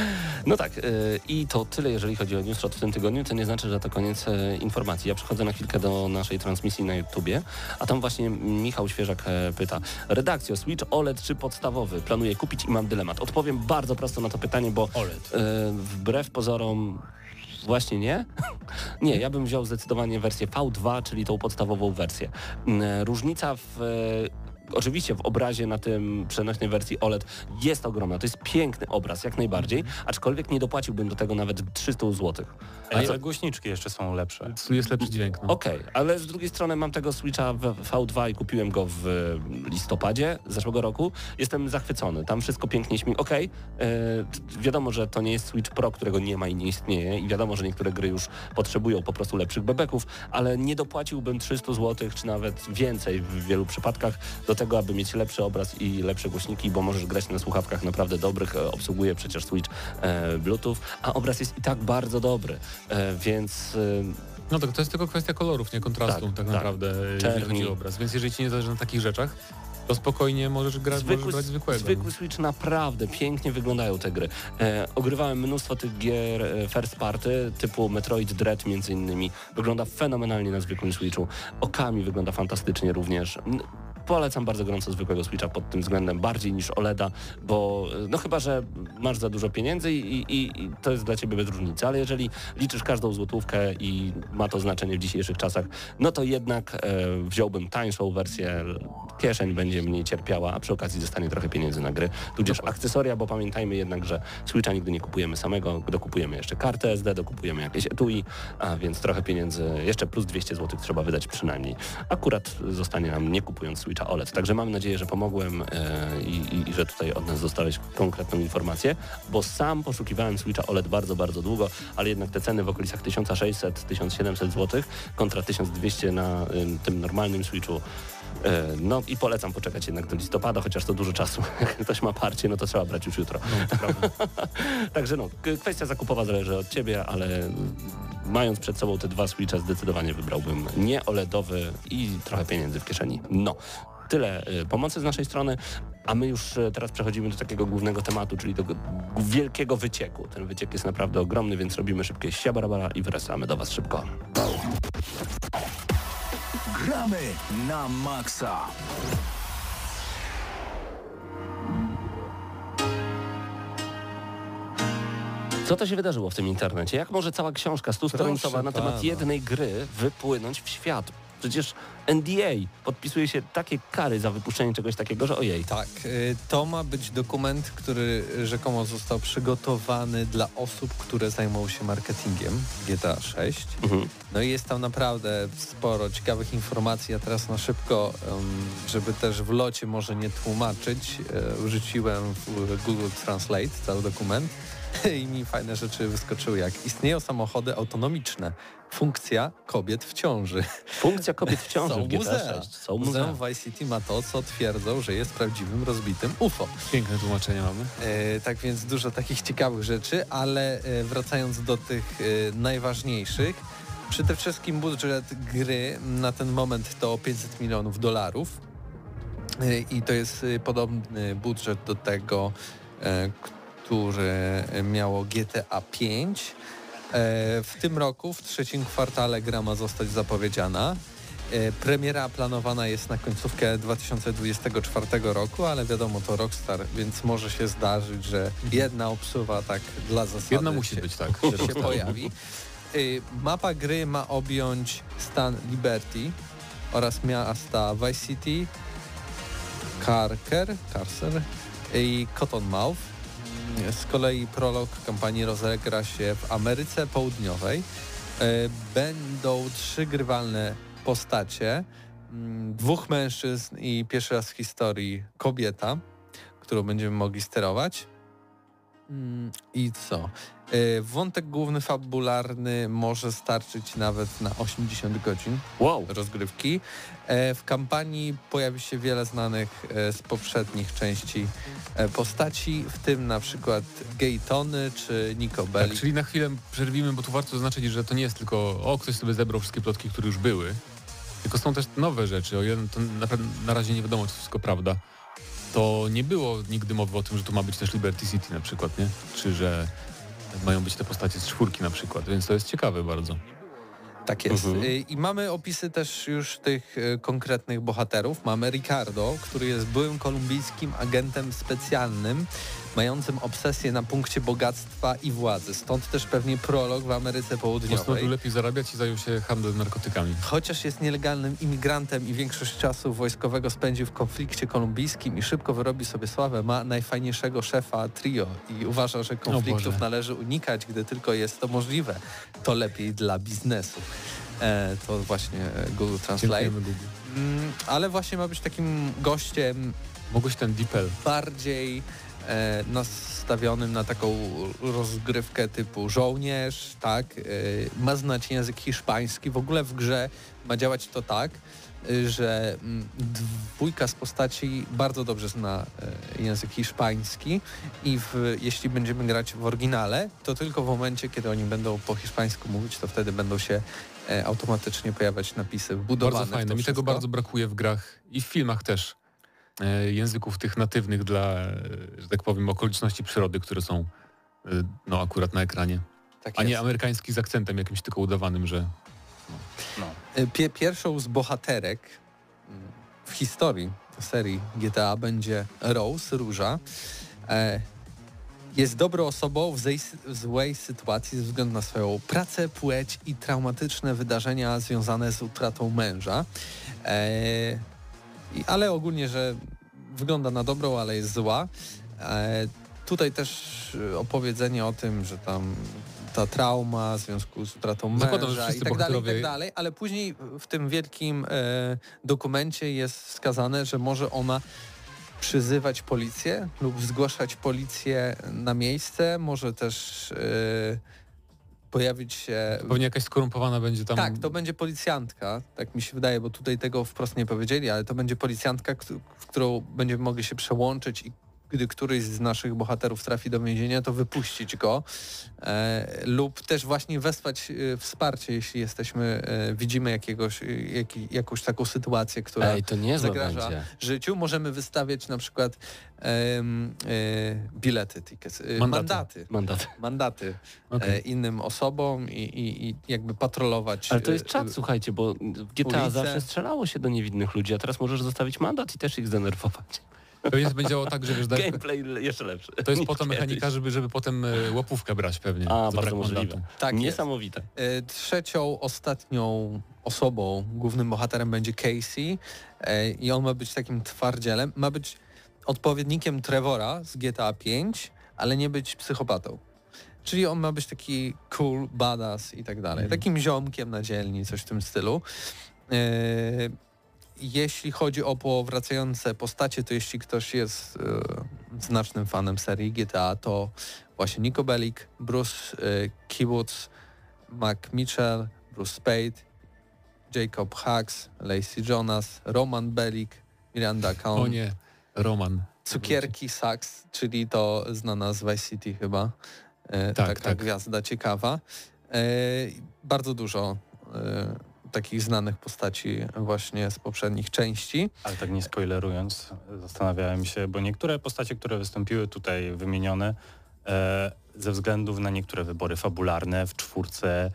Speaker 2: No tak, yy, i to tyle, jeżeli chodzi o Newsshot w tym tygodniu. To nie znaczy, że to koniec yy, informacji. Ja przechodzę na chwilkę do naszej transmisji na YouTubie, a tam właśnie Michał Świeżak yy, pyta: redakcja, Switch O L E D czy podstawowy? Planuję kupić i mam dylemat. Odpowiem bardzo prosto na to pytanie, bo
Speaker 4: O L E D.
Speaker 2: yy, wbrew pozorom właśnie nie. Nie, ja bym wziął zdecydowanie wersję V dwa, czyli tą podstawową wersję. Yy, różnica w... Yy, Oczywiście w obrazie na tym przenośnej wersji O L E D jest ogromna. To jest piękny obraz, jak najbardziej, aczkolwiek nie dopłaciłbym do tego nawet trzysta złotych.
Speaker 5: Ale głośniczki jeszcze są lepsze.
Speaker 4: Tu jest lepszy dźwięk. No.
Speaker 2: Okej, okay, ale z drugiej strony mam tego Switcha w V dwa i kupiłem go w listopadzie zeszłego roku. Jestem zachwycony. Tam wszystko pięknie śmiga. Okej, okay, yy, wiadomo, że to nie jest Switch Pro, którego nie ma i nie istnieje i wiadomo, że niektóre gry już potrzebują po prostu lepszych bebeków, ale nie dopłaciłbym trzysta złotych, czy nawet więcej w wielu przypadkach do tego, aby mieć lepszy obraz i lepsze głośniki, bo możesz grać na słuchawkach naprawdę dobrych, obsługuje przecież Switch e, Bluetooth, a obraz jest i tak bardzo dobry, e, więc... E,
Speaker 4: No to, to jest tylko kwestia kolorów, nie kontrastu tak,
Speaker 2: Tak,
Speaker 4: tak
Speaker 2: tak.
Speaker 4: naprawdę, jeżeli
Speaker 2: Czerni.
Speaker 4: chodzi o obraz. Więc jeżeli ci nie zależy na takich rzeczach, to spokojnie możesz, gra,
Speaker 2: zwykły,
Speaker 4: możesz brać zwykłego.
Speaker 2: zwykły Switch, naprawdę pięknie wyglądają te gry. E, ogrywałem mnóstwo tych gier e, first party, typu Metroid Dread między innymi. Wygląda fenomenalnie na zwykłym Switchu. Okami wygląda fantastycznie również. polecam bardzo gorąco zwykłego Switcha pod tym względem, bardziej niż O L E D a, bo no chyba, że masz za dużo pieniędzy i, i, i to jest dla ciebie bez różnicy, ale jeżeli liczysz każdą złotówkę i ma to znaczenie w dzisiejszych czasach, no to jednak e, wziąłbym tańszą wersję, kieszeń będzie mniej cierpiała, a przy okazji zostanie trochę pieniędzy na gry, tudzież
Speaker 4: Dokładnie.
Speaker 2: akcesoria, bo pamiętajmy jednak, że Switcha nigdy nie kupujemy samego, dokupujemy jeszcze kartę S D, dokupujemy jakieś etui, a więc trochę pieniędzy, jeszcze plus dwieście złotych trzeba wydać przynajmniej. Akurat zostanie nam nie kupując Switcha O L E D. Także mam nadzieję, że pomogłem e, i, i że tutaj od nas dostałeś konkretną informację, bo sam poszukiwałem Switcha O L E D bardzo, bardzo długo, ale jednak te ceny w okolicach tysiąc sześćset do tysiąc siedemset złotych kontra tysiąc dwieście na y, tym normalnym Switchu. No i polecam poczekać jednak do listopada, chociaż to dużo czasu. Jak ktoś ma parcie, no to trzeba brać już jutro. No, Także no, kwestia zakupowa zależy od ciebie, ale mając przed sobą te dwa Switche, zdecydowanie wybrałbym nie O L E D owy i trochę pieniędzy w kieszeni. No, tyle y, pomocy z naszej strony, a my już y, teraz przechodzimy do takiego głównego tematu, czyli do g- wielkiego wycieku. Ten wyciek jest naprawdę ogromny, więc robimy szybkie siabarabara i wracamy do was szybko.
Speaker 6: Gramy na maksa.
Speaker 2: Co to się wydarzyło w tym internecie? Jak może cała książka stustronicowa
Speaker 3: Proszę
Speaker 2: na temat
Speaker 3: pana.
Speaker 2: jednej gry wypłynąć w świat? Przecież N D A podpisuje się takie kary za wypuszczenie czegoś takiego, że ojej.
Speaker 3: Tak, y, to ma być dokument, który rzekomo został przygotowany dla osób, które zajmują się marketingiem G T A sześć.
Speaker 2: Mhm.
Speaker 3: No i jest tam naprawdę sporo ciekawych informacji, a teraz na szybko, um, żeby też w locie może nie tłumaczyć, e, wrzuciłem w Google Translate cały dokument i mi fajne rzeczy wyskoczyły, jak istnieją samochody autonomiczne, funkcja kobiet w ciąży.
Speaker 2: Funkcja kobiet w ciąży
Speaker 3: Są
Speaker 2: w G T A
Speaker 3: muzea.
Speaker 2: sześć. Są muzea.
Speaker 3: Muzeum Vice City ma to, co twierdzą, że jest prawdziwym rozbitym U F O.
Speaker 4: Piękne tłumaczenie mamy.
Speaker 3: E, tak więc dużo takich ciekawych rzeczy, ale e, wracając do tych e, najważniejszych, przede wszystkim budżet gry na ten moment to pięćset milionów dolarów e, i to jest e, podobny budżet do tego, e, który miało G T A pięć. E, w tym roku, w trzecim kwartale gra ma zostać zapowiedziana. E, Premiera planowana jest na końcówkę dwa tysiące dwudziestego czwartego roku, ale wiadomo, to Rockstar, więc może się zdarzyć, że jedna obsuwa tak dla zasady
Speaker 4: Jedna musi
Speaker 3: się,
Speaker 4: być, tak.
Speaker 3: się pojawi. Y, Mapa gry ma objąć stan Liberty oraz miasta Vice City, Carker, Carcer i Cottonmouth. Z kolei prolog kampanii rozegra się w Ameryce Południowej. Y, Będą trzy grywalne postacie, mm, dwóch mężczyzn i pierwszy raz w historii kobieta, którą będziemy mogli sterować. Mm, I co? Y, Wątek główny fabularny może starczyć nawet na osiemdziesiąt godzin
Speaker 2: Wow.
Speaker 3: rozgrywki. E, W kampanii pojawi się wiele znanych e, z poprzednich części e, postaci, w tym na przykład Gay Tony czy Nico Bellic.
Speaker 4: Tak, czyli na chwilę przerwimy, bo tu warto zaznaczyć, że to nie jest tylko o, ktoś sobie zebrał wszystkie plotki, które już były, tylko są też nowe rzeczy. O ile to na, na razie nie wiadomo, czy to wszystko prawda, to nie było nigdy mowy o tym, że tu ma być też Liberty City na przykład, nie? Czy że mają być te postacie z czwórki na przykład, więc to jest ciekawe bardzo.
Speaker 3: Tak jest.
Speaker 2: Mhm.
Speaker 3: Y, I mamy opisy też już tych y, konkretnych bohaterów. Mamy Ricardo, który jest byłym kolumbijskim agentem specjalnym, mającym obsesję na punkcie bogactwa i władzy. Stąd też pewnie prolog w Ameryce Południowej.
Speaker 4: Postanowił lepiej zarabiać i zajął się handlem narkotykami.
Speaker 3: Chociaż jest nielegalnym imigrantem i większość czasu wojskowego spędził w konflikcie kolumbijskim i szybko wyrobi sobie sławę, ma najfajniejszego szefa trio i uważa, że konfliktów
Speaker 4: Boże.
Speaker 3: należy unikać, gdy tylko jest to możliwe. To lepiej dla biznesu. E, to właśnie Google Translate.
Speaker 4: Dziękujemy Google.
Speaker 3: Mm, ale właśnie ma być takim gościem
Speaker 4: Mogłeś ten DeepL.
Speaker 3: bardziej e, nastawionym na taką rozgrywkę typu żołnierz, tak, e, ma znać język hiszpański. W ogóle w grze ma działać to tak, e, że mm, dwójka z postaci bardzo dobrze zna e, język hiszpański i w, jeśli będziemy grać w oryginale, to tylko w momencie, kiedy oni będą po hiszpańsku mówić, to wtedy będą się e, automatycznie pojawiać napisy wbudowane.
Speaker 4: Bardzo
Speaker 3: w to
Speaker 4: fajne. Mi tego
Speaker 3: wszystko.
Speaker 4: bardzo brakuje w grach i w filmach też. E, języków tych natywnych dla, e, że tak powiem, okoliczności przyrody, które są e, no akurat na ekranie.
Speaker 3: Tak
Speaker 4: A nie
Speaker 3: jest.
Speaker 4: amerykański z akcentem jakimś tylko udawanym, że...
Speaker 3: Pie- pierwszą z bohaterek w historii serii G T A będzie Rose, Róża. E, jest dobrą osobą w złej, w złej sytuacji ze względu na swoją pracę, płeć i traumatyczne wydarzenia związane z utratą męża. E, i, ale ogólnie, że wygląda na dobrą, ale jest zła. E, tutaj też opowiedzenie o tym, że tam ta trauma w związku z utratą
Speaker 4: Zakładam, że
Speaker 3: męża i
Speaker 4: wszyscy
Speaker 3: tak dalej, i
Speaker 4: bohaterowie-
Speaker 3: tak dalej, ale później w tym wielkim e, dokumencie jest wskazane, że może ona przyzywać policję lub zgłaszać policję na miejsce, może też e, pojawić się...
Speaker 4: Pewnie jakaś skorumpowana będzie tam...
Speaker 3: Tak, to będzie policjantka, tak mi się wydaje, bo tutaj tego wprost nie powiedzieli, ale to będzie policjantka, któ- w którą będziemy mogli się przełączyć i gdy któryś z naszych bohaterów trafi do więzienia, to wypuścić go e, lub też właśnie wespać e, wsparcie, jeśli jesteśmy, e, widzimy jakiegoś, e, jak, jakąś taką sytuację, która
Speaker 2: Ej, to niezłe
Speaker 3: zagraża
Speaker 2: będzie.
Speaker 3: życiu. Możemy wystawiać na przykład em, e, bilety, tickets, e,
Speaker 4: Mandaty.
Speaker 3: mandaty,
Speaker 2: Mandat.
Speaker 3: mandaty
Speaker 4: Okej.
Speaker 3: e, innym osobom i, i, i jakby patrolować.
Speaker 2: Ale to jest
Speaker 3: e,
Speaker 2: czat, słuchajcie, bo w G T A
Speaker 3: ulice.
Speaker 2: zawsze strzelało się do niewinnych ludzi, a teraz możesz zostawić mandat i też ich zdenerwować.
Speaker 4: Pewnie to będzie działało tak, że wiesz, daj-
Speaker 2: Gameplay jeszcze lepszy.
Speaker 4: to jest
Speaker 2: niż
Speaker 4: po to
Speaker 2: kiedyś.
Speaker 4: mechanika, żeby, żeby potem e, łapówkę brać pewnie.
Speaker 2: A,
Speaker 4: za brak
Speaker 2: bardzo możliwe.
Speaker 4: mandatu.
Speaker 3: Tak jest.
Speaker 2: Niesamowite.
Speaker 3: E, Trzecią, ostatnią osobą, głównym bohaterem będzie Casey e, i on ma być takim twardzielem. Ma być odpowiednikiem Trevora z G T A pięć, ale nie być psychopatą. Czyli on ma być taki cool, badass i tak dalej. Takim ziomkiem na dzielni, coś w tym stylu. E, Jeśli chodzi o powracające postacie, to jeśli ktoś jest e, znacznym fanem serii G T A, to właśnie Nico Bellic, Bruce e, Kibbutz, Mac Mitchell, Bruce Spade, Jacob Hux, Lacey Jonas, Roman Bellic, Miranda
Speaker 4: O
Speaker 3: Cohn,
Speaker 4: nie, Roman.
Speaker 3: Cukierki Sachs, czyli to znana z Vice City chyba. E,
Speaker 4: Tak,
Speaker 3: tak, ta
Speaker 4: tak.
Speaker 3: gwiazda ciekawa. E, bardzo dużo e, takich znanych postaci właśnie z poprzednich części.
Speaker 5: Ale tak nie spoilerując, zastanawiałem się, bo niektóre postacie, które wystąpiły tutaj wymienione, e, ze względów na niektóre wybory fabularne w czwórce,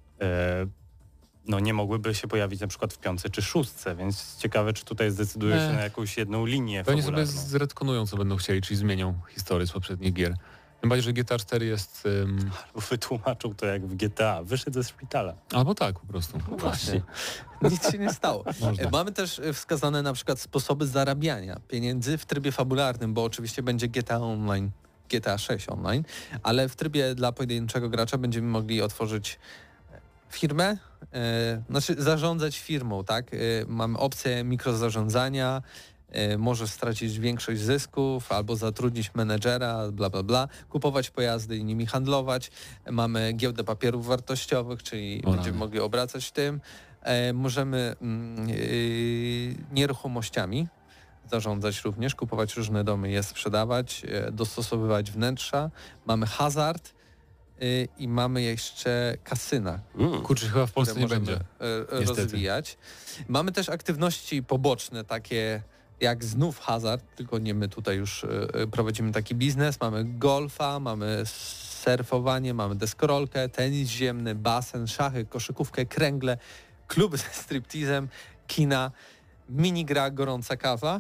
Speaker 5: e, no nie mogłyby się pojawić na przykład w piątce czy szóstce, więc ciekawe, czy tutaj zdecydują się
Speaker 4: Nie.
Speaker 5: na jakąś jedną linię
Speaker 4: Pewnie sobie
Speaker 5: fabularną.
Speaker 4: zredkonują, co będą chcieli, czyli zmienią historię z poprzednich gier. Tym bardziej, że G T A cztery jest... Um,
Speaker 5: Wytłumaczą to jak w G T A. Wyszedł ze szpitala.
Speaker 4: albo tak po prostu.
Speaker 2: No właśnie.
Speaker 3: Nic się nie stało.
Speaker 4: Można.
Speaker 3: E, Mamy też e, wskazane na przykład sposoby zarabiania pieniędzy w trybie fabularnym, bo oczywiście będzie G T A Online, G T A sześć Online, ale w trybie dla pojedynczego gracza będziemy mogli otworzyć firmę, e, znaczy zarządzać firmą, tak? E, mamy opcję mikrozarządzania, e, możesz stracić większość zysków albo zatrudnić menedżera, bla, bla, bla, kupować pojazdy i nimi handlować. Mamy giełdę papierów wartościowych, czyli
Speaker 4: O,
Speaker 3: będziemy
Speaker 4: rany.
Speaker 3: mogli obracać tym. E, możemy mm, yy, nieruchomościami zarządzać również, kupować różne domy, je sprzedawać, e, dostosowywać wnętrza. Mamy hazard y, i mamy jeszcze kasyna,
Speaker 2: Mm.
Speaker 4: Kurczę, chyba w Polsce
Speaker 3: które
Speaker 4: nie
Speaker 3: możemy
Speaker 4: będzie.
Speaker 3: e,
Speaker 4: Niestety.
Speaker 3: rozwijać. Mamy też aktywności poboczne, takie jak znów hazard, tylko nie my tutaj już e, e, prowadzimy taki biznes. Mamy golfa, mamy surfowanie, mamy deskorolkę, tenis ziemny, basen, szachy, koszykówkę, kręgle, kluby ze striptizem, kina, minigra, gorąca kawa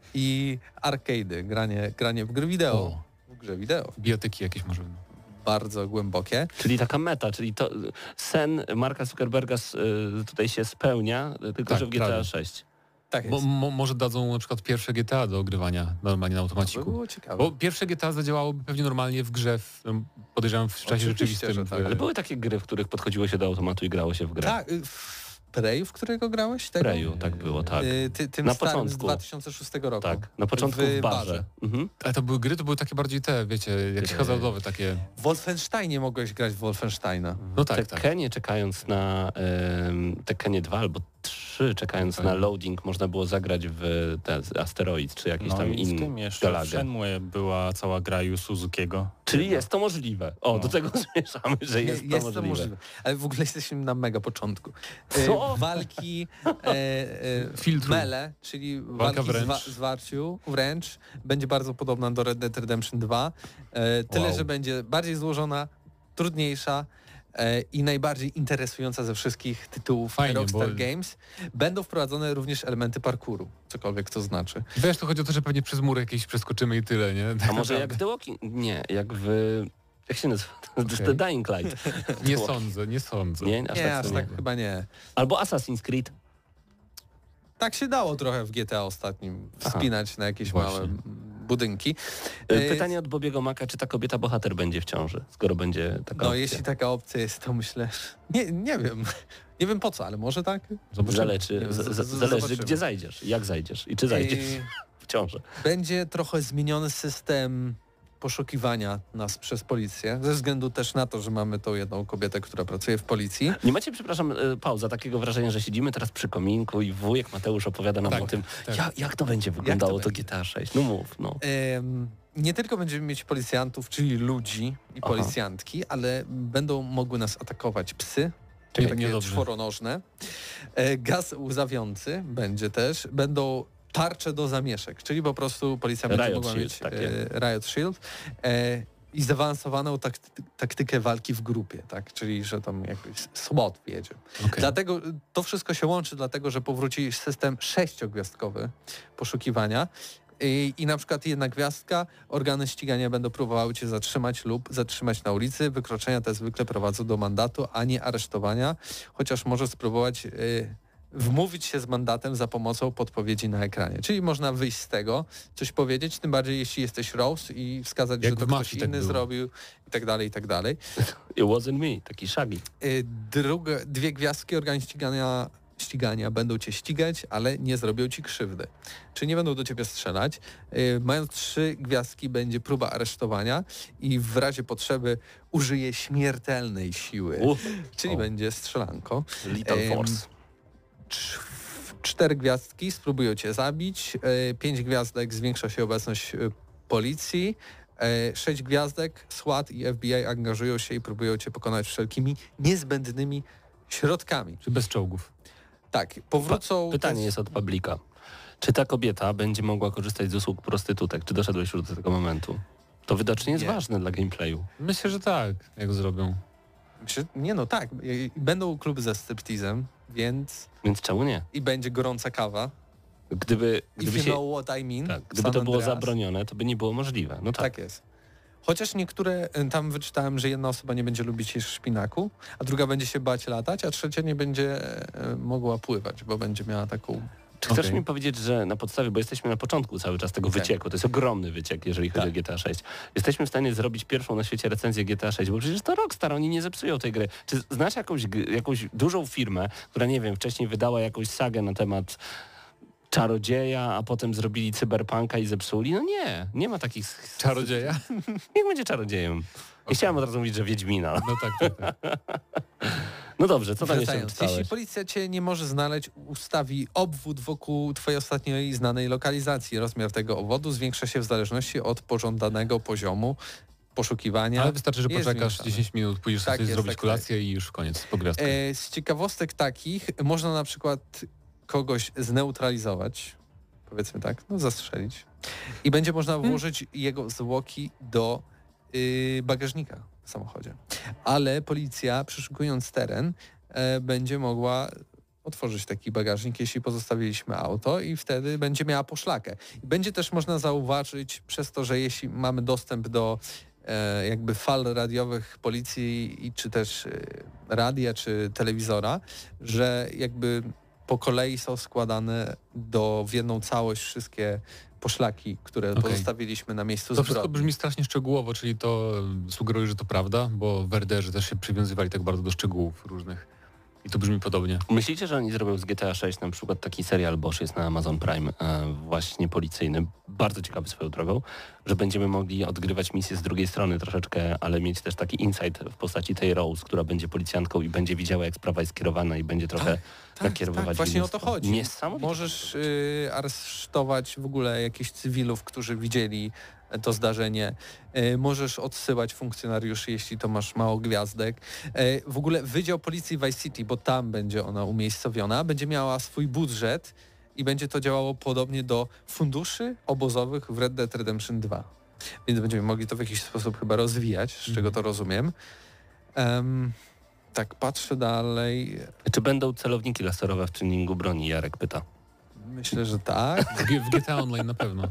Speaker 3: i arcade'y, granie, granie w gry wideo.
Speaker 4: O.
Speaker 3: W grze wideo.
Speaker 4: Biotyki jakieś może będą.
Speaker 3: Bardzo głębokie.
Speaker 2: Czyli taka meta, czyli to sen Marka Zuckerberga s- y, tutaj się spełnia, y, tylko
Speaker 4: Tak,
Speaker 2: że w G T A
Speaker 4: prawie.
Speaker 2: sześć.
Speaker 3: Tak
Speaker 4: Bo,
Speaker 3: jest.
Speaker 4: mo, może dadzą na przykład pierwsze G T A do ogrywania normalnie na
Speaker 3: To by
Speaker 4: automaciku.
Speaker 3: było ciekawe.
Speaker 4: Bo pierwsze G T A zadziałałoby pewnie normalnie w grze, w, podejrzewam w czasie
Speaker 3: Oczywiście,
Speaker 4: rzeczywistym.
Speaker 3: że
Speaker 4: w-
Speaker 3: tak.
Speaker 2: Ale były takie gry, w których podchodziło się do automatu i grało się w grę.
Speaker 3: Tak, y, w Preju, w którego grałeś?
Speaker 2: W
Speaker 3: Tego?
Speaker 2: Preju, tak było, tak.
Speaker 3: Y, Ty, tym
Speaker 2: Na
Speaker 3: starym
Speaker 2: początku.
Speaker 3: z dwa tysiące szóstego roku.
Speaker 2: Tak, na początku w barze. Mhm.
Speaker 4: Ale to były gry, to były takie bardziej te, wiecie, jakieś
Speaker 2: Yy.
Speaker 4: hazardowe takie.
Speaker 3: W Wolfensteinie mogłeś grać w Wolfensteina.
Speaker 4: No tak, tak.
Speaker 2: Tekkenie czekając na um, Tekkenie dwa albo trzy, czekając
Speaker 4: Tak.
Speaker 2: na loading, można było zagrać w ten Asteroid, czy jakiś
Speaker 5: No
Speaker 2: tam
Speaker 5: i z
Speaker 2: inny
Speaker 5: tym jeszcze w
Speaker 2: galagę.
Speaker 5: Shenmue była cała gra Yu Suzukiego.
Speaker 2: Czyli jest to możliwe. O,
Speaker 5: No.
Speaker 2: do tego zmierzamy, że jest,
Speaker 3: jest
Speaker 2: to możliwe.
Speaker 3: Ale w ogóle jesteśmy na mega początku.
Speaker 2: Co?
Speaker 3: E, walki e, e,
Speaker 4: Filtru.
Speaker 3: mele, czyli
Speaker 4: Walka
Speaker 3: walki
Speaker 4: wręcz.
Speaker 3: zwa, zwarciu, wręcz, będzie bardzo podobna do Red Dead Redemption dwa. E, tyle,
Speaker 2: Wow.
Speaker 3: że będzie bardziej złożona, trudniejsza, e, i najbardziej interesująca ze wszystkich tytułów
Speaker 4: Fajnie,
Speaker 3: Rockstar
Speaker 4: bo-
Speaker 3: Games. Będą wprowadzone również elementy parkouru, cokolwiek to znaczy.
Speaker 4: Wiesz, to chodzi o to, że pewnie przez mur jakieś przeskoczymy i tyle, nie?
Speaker 2: A może jak The Walking... Nie, jak w... Jak się nazywa?
Speaker 4: Okay.
Speaker 2: The Dying Light.
Speaker 4: Nie sądzę, nie sądzę.
Speaker 2: Nie, aż
Speaker 3: Nie,
Speaker 2: tak,
Speaker 3: aż
Speaker 2: to
Speaker 3: tak
Speaker 2: nie.
Speaker 3: chyba nie.
Speaker 2: Albo Assassin's Creed.
Speaker 3: Tak się dało trochę w G T A ostatnim wspinać na jakieś
Speaker 4: Właśnie.
Speaker 3: małe budynki.
Speaker 2: E,
Speaker 3: E,
Speaker 2: Pytanie od Bobiego Maka, czy ta kobieta bohater będzie w ciąży, skoro będzie taka
Speaker 3: No
Speaker 2: opcja.
Speaker 3: jeśli taka opcja jest, to myślę... Nie, nie wiem. Nie wiem po co, ale może tak?
Speaker 4: Zobaczymy.
Speaker 2: Zależy,
Speaker 3: Nie,
Speaker 2: z,
Speaker 3: z-
Speaker 2: z,
Speaker 3: z-
Speaker 2: zależy
Speaker 3: zobaczymy.
Speaker 2: gdzie zajdziesz, jak zajdziesz i czy zajdziesz
Speaker 3: E,
Speaker 2: w ciąży.
Speaker 3: Będzie trochę zmieniony system poszukiwania nas przez policję, ze względu też na to, że mamy tą jedną kobietę, która pracuje w policji.
Speaker 2: Nie macie, przepraszam, e, pauza, takiego wrażenia, że siedzimy teraz przy kominku i wujek Mateusz opowiada nam
Speaker 4: Tak,
Speaker 2: o tym,
Speaker 4: tak.
Speaker 2: jak, jak to będzie wyglądało to,
Speaker 3: będzie?
Speaker 2: G T A sześć. No mów, no.
Speaker 3: Em, nie tylko będziemy mieć policjantów, czyli ludzi i
Speaker 2: Aha.
Speaker 3: policjantki, ale będą mogły nas atakować psy,
Speaker 4: Czyli
Speaker 3: takie
Speaker 4: niedobrze.
Speaker 3: czworonożne. E, gaz łzawiący będzie też. Będą tarcze do zamieszek, czyli po prostu policja będzie
Speaker 2: Riot
Speaker 3: mogła
Speaker 2: Shield,
Speaker 3: mieć
Speaker 2: takie.
Speaker 3: e, Riot Shield e, i zaawansowaną takty, taktykę walki w grupie, tak? Czyli że tam jakiś SWAT wiedzie.
Speaker 4: Okej.
Speaker 3: Dlatego to wszystko się łączy, dlatego że powróci system sześciogwiazdkowy poszukiwania. I, I na przykład jedna gwiazdka, organy ścigania będą próbowały cię zatrzymać lub zatrzymać na ulicy. Wykroczenia te zwykle prowadzą do mandatu, a nie aresztowania, chociaż może spróbować y, wmówić się z mandatem za pomocą podpowiedzi na ekranie. Czyli można wyjść z tego, coś powiedzieć, tym bardziej jeśli jesteś Rose i wskazać,
Speaker 4: Jak
Speaker 3: że to
Speaker 4: w
Speaker 3: ktoś
Speaker 4: Mafii tak
Speaker 3: inny
Speaker 4: było.
Speaker 3: zrobił i tak dalej, i tak dalej.
Speaker 2: It wasn't me, taki Shaggy.
Speaker 3: Y, Druga, dwie gwiazdki, organ ścigania, ścigania będą cię ścigać, ale nie zrobią ci krzywdy. Czyli nie będą do ciebie strzelać. Y, Mając trzy gwiazdki będzie próba aresztowania i w razie potrzeby użyje śmiertelnej siły,
Speaker 2: Uff,
Speaker 3: czyli
Speaker 2: o.
Speaker 3: będzie strzelanko.
Speaker 2: Little
Speaker 3: Em,
Speaker 2: Force.
Speaker 3: Cz- Cztery gwiazdki spróbują cię zabić, y, pięć gwiazdek zwiększa się obecność y, policji, y, sześć gwiazdek SWAT i F B I angażują się i próbują cię pokonać wszelkimi niezbędnymi środkami.
Speaker 4: Czy bez czołgów?
Speaker 3: Tak, powrócą...
Speaker 2: Pytanie
Speaker 3: też-
Speaker 2: jest od publika. Czy ta kobieta będzie mogła korzystać z usług prostytutek? Czy doszedłeś już do tego momentu? To widocznie jest
Speaker 3: Nie.
Speaker 2: ważne dla gameplayu.
Speaker 4: Myślę, że tak, jak zrobią.
Speaker 3: Myślę- Nie no, tak. I- i Będą kluby ze striptizem, więc...
Speaker 2: Więc czemu nie?
Speaker 3: I będzie gorąca kawa.
Speaker 2: Gdyby,
Speaker 3: If
Speaker 2: gdyby,
Speaker 3: you
Speaker 2: się,
Speaker 3: know what I mean.
Speaker 2: tak, gdyby
Speaker 3: San
Speaker 2: to było
Speaker 3: Andreas.
Speaker 2: zabronione, to by nie było możliwe. No tak.
Speaker 3: Tak jest. Chociaż niektóre, y, tam wyczytałem, że jedna osoba nie będzie lubić jeść szpinaku, a druga będzie się bać latać, a trzecia nie będzie e, mogła pływać, bo będzie miała taką...
Speaker 2: Czy chcesz
Speaker 4: Okej.
Speaker 2: mi powiedzieć, że na podstawie, bo jesteśmy na początku cały czas tego
Speaker 3: Okej.
Speaker 2: wycieku, to jest ogromny wyciek, jeżeli chodzi
Speaker 3: Tak.
Speaker 2: o G T A sześć. Jesteśmy w stanie zrobić pierwszą na świecie recenzję G T A sześć, bo przecież to Rockstar, oni nie zepsują tej gry. Czy znasz jakąś, gr- jakąś dużą firmę, która, nie wiem, wcześniej wydała jakąś sagę na temat czarodzieja, a potem zrobili cyberpunka i zepsuli? No nie, nie ma takich... s-
Speaker 4: Czarodzieja?
Speaker 2: Niech będzie czarodziejem. Nie chciałem od razu mówić, że Wiedźmina.
Speaker 4: No tak, tak, tak.
Speaker 2: No dobrze, co tam jeszcze
Speaker 3: Wracając, jeśli
Speaker 2: czytałeś?
Speaker 3: policja cię nie może znaleźć, ustawi obwód wokół twojej ostatniej znanej lokalizacji. Rozmiar tego obwodu zwiększa się w zależności od pożądanego poziomu poszukiwania.
Speaker 4: Ale wystarczy, że
Speaker 3: Jest
Speaker 4: poczekasz
Speaker 3: zwiększany.
Speaker 4: dziesięć minut, pójdziesz
Speaker 3: Tak
Speaker 4: sobie
Speaker 3: jest,
Speaker 4: zrobić
Speaker 3: tak,
Speaker 4: kolację i już koniec, po gwiazdkach.
Speaker 3: E, z ciekawostek takich można na przykład kogoś zneutralizować, powiedzmy tak, no zastrzelić. I będzie można włożyć jego zwłoki do y, bagażnika w samochodzie. Ale policja, przeszukując teren, e, będzie mogła otworzyć taki bagażnik, jeśli pozostawiliśmy auto i wtedy będzie miała poszlakę. I będzie też można zauważyć przez to, że jeśli mamy dostęp do e, jakby fal radiowych policji i czy też e, radia, czy telewizora, że jakby po kolei są składane do w jedną całość wszystkie poszlaki, które
Speaker 4: Okej.
Speaker 3: pozostawiliśmy na miejscu
Speaker 4: To wszystko
Speaker 3: zbrodni.
Speaker 4: brzmi strasznie szczegółowo, czyli to e, sugeruje, że to prawda, bo w R D R też się przywiązywali tak bardzo do szczegółów różnych. I to brzmi podobnie.
Speaker 2: Myślicie, że oni zrobią z G T A sześć na przykład taki serial, Bosch jest na Amazon Prime, e, właśnie policyjny, bardzo ciekawy swoją drogą, że będziemy mogli odgrywać misję z drugiej strony troszeczkę, ale mieć też taki insight w postaci tej Rose, która będzie policjantką i będzie widziała, jak sprawa jest skierowana i będzie trochę nakierowywać.
Speaker 3: Tak, właśnie o to
Speaker 2: winnictwo.
Speaker 3: chodzi.
Speaker 2: Niesamowite.
Speaker 3: Możesz y, aresztować w ogóle jakichś cywilów, którzy widzieli to zdarzenie. Y, możesz odsyłać funkcjonariuszy, jeśli to masz mało gwiazdek. Y, w ogóle Wydział Policji Vice City, bo tam będzie ona umiejscowiona, będzie miała swój budżet i będzie to działało podobnie do funduszy obozowych w Red Dead Redemption dwa. Więc będziemy mogli to w jakiś sposób chyba rozwijać, z czego to rozumiem. Em, Tak, patrzę dalej.
Speaker 2: Czy będą celowniki laserowe w tuningu broni? Jarek pyta.
Speaker 3: Myślę, że tak.
Speaker 4: W, G- w G T A Online na pewno.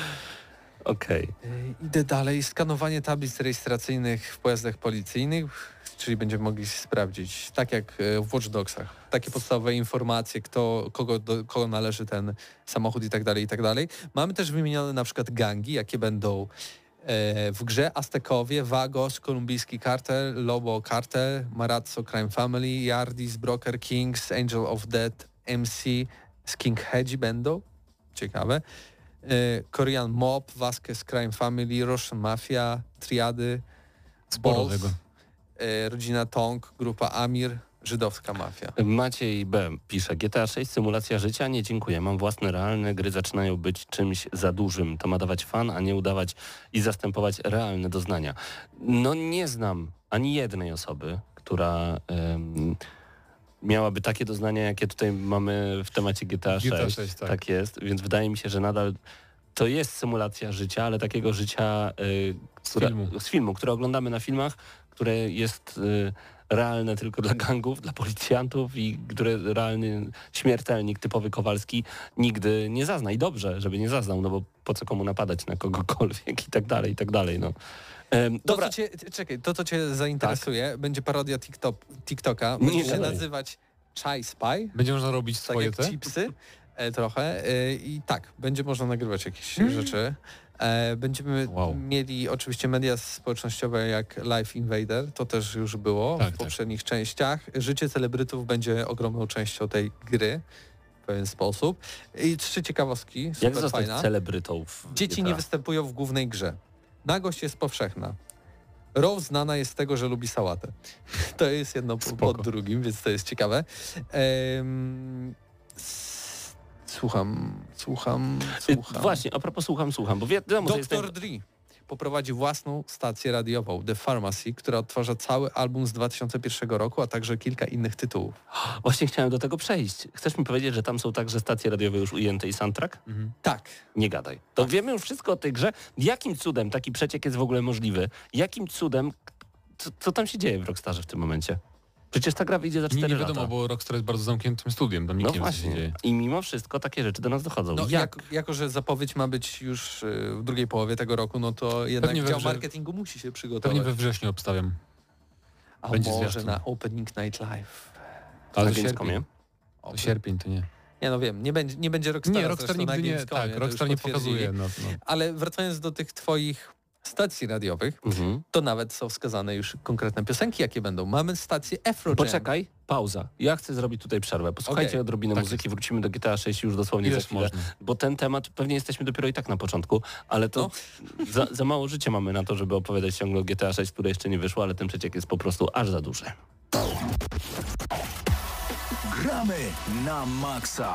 Speaker 2: Okej.
Speaker 3: Yy, Idę dalej. Skanowanie tablic rejestracyjnych w pojazdach policyjnych, czyli będziemy mogli sprawdzić, tak jak w Watch Dogsach, takie podstawowe informacje, kto, kogo, do, kogo należy ten samochód i tak dalej, i tak dalej. Mamy też wymienione na przykład gangi, jakie będą e, w grze: Aztekowie, Vagos, Kolumbijski Kartel, Lobo Cartel, Marazzo Crime Family, Yardis, Broker Kings, Angel of Death, M C, Skinheadzi będą. Ciekawe. E, Korean Mob, Vasquez Crime Family, Russian Mafia, Triady,
Speaker 4: Sporo
Speaker 3: Balls,
Speaker 4: tego.
Speaker 3: e, rodzina Tong, grupa Amir, żydowska mafia.
Speaker 2: Maciej B. pisze: G T A sześć symulacja życia? Nie, dziękuję. Mam własne realne gry, zaczynają być czymś za dużym. To ma dawać fan, a nie udawać i zastępować realne doznania. No nie znam ani jednej osoby, która em, miałaby takie doznania, jakie tutaj mamy w temacie G T A sześć.
Speaker 4: G T A sześć, tak.
Speaker 2: Tak jest, więc wydaje mi się, że nadal to jest symulacja życia, ale takiego życia y, która,
Speaker 4: filmu.
Speaker 2: z filmu, które oglądamy na filmach, które jest y, realne tylko dla gangów, dla policjantów i które realny śmiertelnik typowy Kowalski nigdy nie zazna. I dobrze, żeby nie zaznał, no bo po co komu napadać na kogokolwiek i tak dalej, i tak dalej. No. Ym,
Speaker 3: To,
Speaker 2: dobra,
Speaker 3: co cię, czekaj, to co cię zainteresuje, będzie parodia TikTok, TikToka,
Speaker 2: Nie
Speaker 3: będzie się
Speaker 2: gadaj.
Speaker 3: nazywać Chai Spy,
Speaker 4: Będzie można robić
Speaker 3: tak
Speaker 4: swoje
Speaker 3: jak
Speaker 4: te?
Speaker 3: chipsy e, trochę e, i tak, będzie można nagrywać jakieś
Speaker 2: Mm.
Speaker 3: rzeczy. E, będziemy
Speaker 4: Wow.
Speaker 3: mieli oczywiście media społecznościowe jak Live Invader, to też już było
Speaker 4: Tak,
Speaker 3: w
Speaker 4: tak.
Speaker 3: poprzednich częściach. Życie celebrytów będzie ogromną częścią tej gry w pewien sposób. I trzy ciekawostki,
Speaker 2: jak
Speaker 3: super
Speaker 2: zostać
Speaker 3: fajna.
Speaker 2: celebrytą w
Speaker 3: Dzieci
Speaker 2: G T A?
Speaker 3: nie występują w głównej grze. Nagość jest powszechna. Rose znana jest z tego, że lubi sałatę. To jest jedno po,
Speaker 4: Spoko.
Speaker 3: pod drugim, więc to jest ciekawe. Ehm, s- słucham, słucham,
Speaker 2: Y,
Speaker 3: słucham.
Speaker 2: Właśnie, a propos słucham, słucham, bo wiadomo, że jest...
Speaker 3: doktor Dre poprowadzi własną stację radiową The Pharmacy, która odtwarza cały album z dwa tysiące pierwszego roku, a także kilka innych tytułów.
Speaker 2: Właśnie chciałem do tego przejść. Chcesz mi powiedzieć, że tam są także stacje radiowe już ujęte i soundtrack?
Speaker 4: Mhm.
Speaker 3: Tak.
Speaker 2: Nie gadaj. To wiemy już wszystko o tej grze. Jakim cudem taki przeciek jest w ogóle możliwy? Jakim cudem... Co, co tam się dzieje w Rockstarze w tym momencie? Przecież ta gra wyjdzie za
Speaker 4: Nie,
Speaker 2: cztery
Speaker 4: nie wiadomo,
Speaker 2: lata.
Speaker 4: bo Rockstar jest bardzo zamkniętym studiem, tam nikt
Speaker 2: No
Speaker 4: nie wie, co się
Speaker 2: właśnie.
Speaker 4: dzieje.
Speaker 2: I mimo wszystko takie rzeczy do nas dochodzą.
Speaker 3: No,
Speaker 2: Jak?
Speaker 3: jak, jako, że zapowiedź ma być już y, w drugiej połowie tego roku, no to jednak
Speaker 4: Pewnie we
Speaker 3: dział
Speaker 4: wrze-
Speaker 3: marketingu musi się przygotować.
Speaker 4: Pewnie we wrześniu obstawiam.
Speaker 3: A
Speaker 4: będzie
Speaker 3: może
Speaker 4: zwiastun.
Speaker 3: na Opening Night Live.
Speaker 4: Ale
Speaker 2: Na
Speaker 4: to
Speaker 2: Gamescomie?
Speaker 4: sierpień. To sierpień to nie.
Speaker 3: Nie no wiem, nie będzie, nie będzie Rockstara
Speaker 4: Nie, Rockstar
Speaker 3: zresztą na
Speaker 4: nigdy nie,
Speaker 3: Gamescomie,
Speaker 4: tak,
Speaker 3: to
Speaker 4: Rockstar
Speaker 3: już
Speaker 4: nie
Speaker 3: potwierdzili.
Speaker 4: pokazuje. No, no.
Speaker 3: Ale wracając do tych twoich stacji radiowych,
Speaker 2: Mhm.
Speaker 3: to nawet są wskazane już konkretne piosenki, jakie będą. Mamy stację Afro Jam.
Speaker 2: Poczekaj, pauza. Ja chcę zrobić tutaj przerwę. Posłuchajcie
Speaker 3: Okej,
Speaker 2: odrobiny
Speaker 4: tak
Speaker 2: muzyki, wrócimy do G T A sześć już dosłownie za
Speaker 4: Ileż
Speaker 2: chwilę.
Speaker 4: można.
Speaker 2: Bo ten temat, pewnie jesteśmy dopiero i tak na początku, ale to za, za mało życia mamy na to, żeby opowiadać ciągle o G T A sześć, które jeszcze nie wyszło, ale ten przeciek jest po prostu aż za duży.
Speaker 6: Gramy na maksa.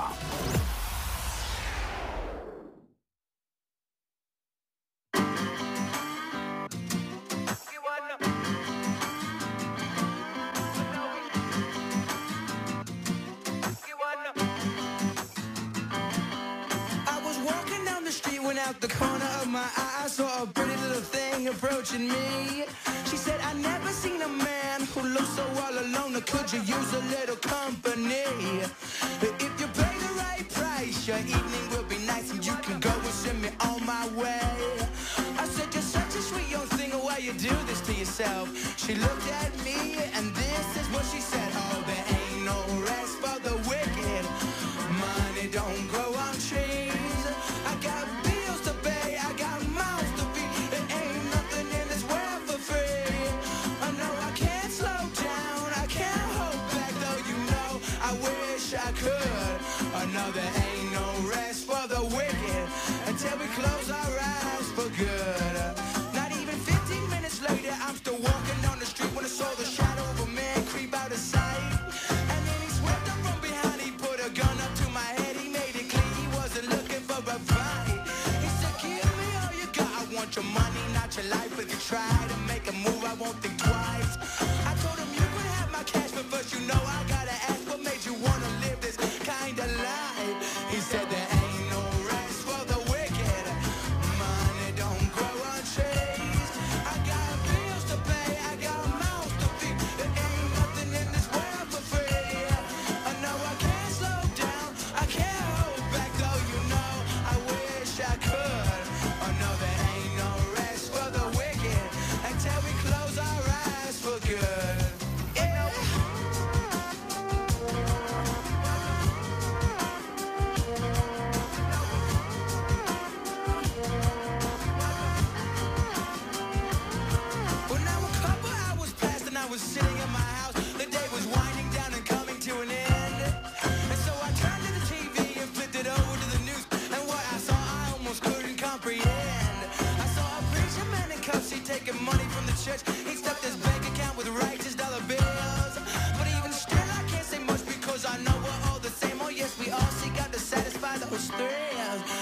Speaker 7: I was walking down the street when out the corner of my eye I saw a pretty little thing approaching me. She said, I never seen a man who looks so all alone. Or could you use a little company? If you pay the right price, your evening will be nice and you can go and send me on my way. I said, you're such a sweet young thing, why you do this to yourself? She looked at me and this is what she said. Oh, there ain't no rest for the wicked. Money don't grow on trees. I got bills to pay, I got mouths to feed. There ain't nothing in this world for free. I know I can't slow down, I can't hold back, though you know I wish I could. I know there ain't no rest for the wicked until we close our eyes for good. Not even fifteen minutes later, I'm still walking down the street when I saw the shadow of a man creep out of sight. And then he swept up from behind, he put a gun up to my head, he made it clear he wasn't looking for a fight. He said, give me all you got, I want your money, not your life. If you try to make a move, I won't think twice. I told him you could have my cash, but first you know I gotta ask, what made you wanna live this kind of life? He said there ain't no rest for the wicked. Money don't grow on trees. I got bills to pay, I got mouths to feed. There ain't nothing in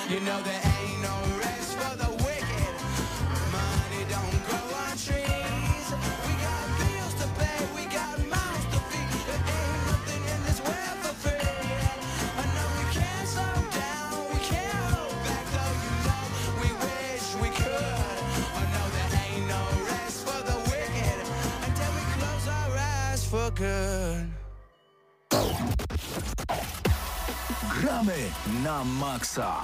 Speaker 7: You know there ain't no rest for the wicked. Money don't grow on trees. We got bills to pay, we got mouths to feed. There ain't nothing in this world for free. I know we can't slow down, we can't hold back, though you know we wish we could. I know there ain't no rest for the wicked until we close our eyes for good.
Speaker 6: Gramy na maksa.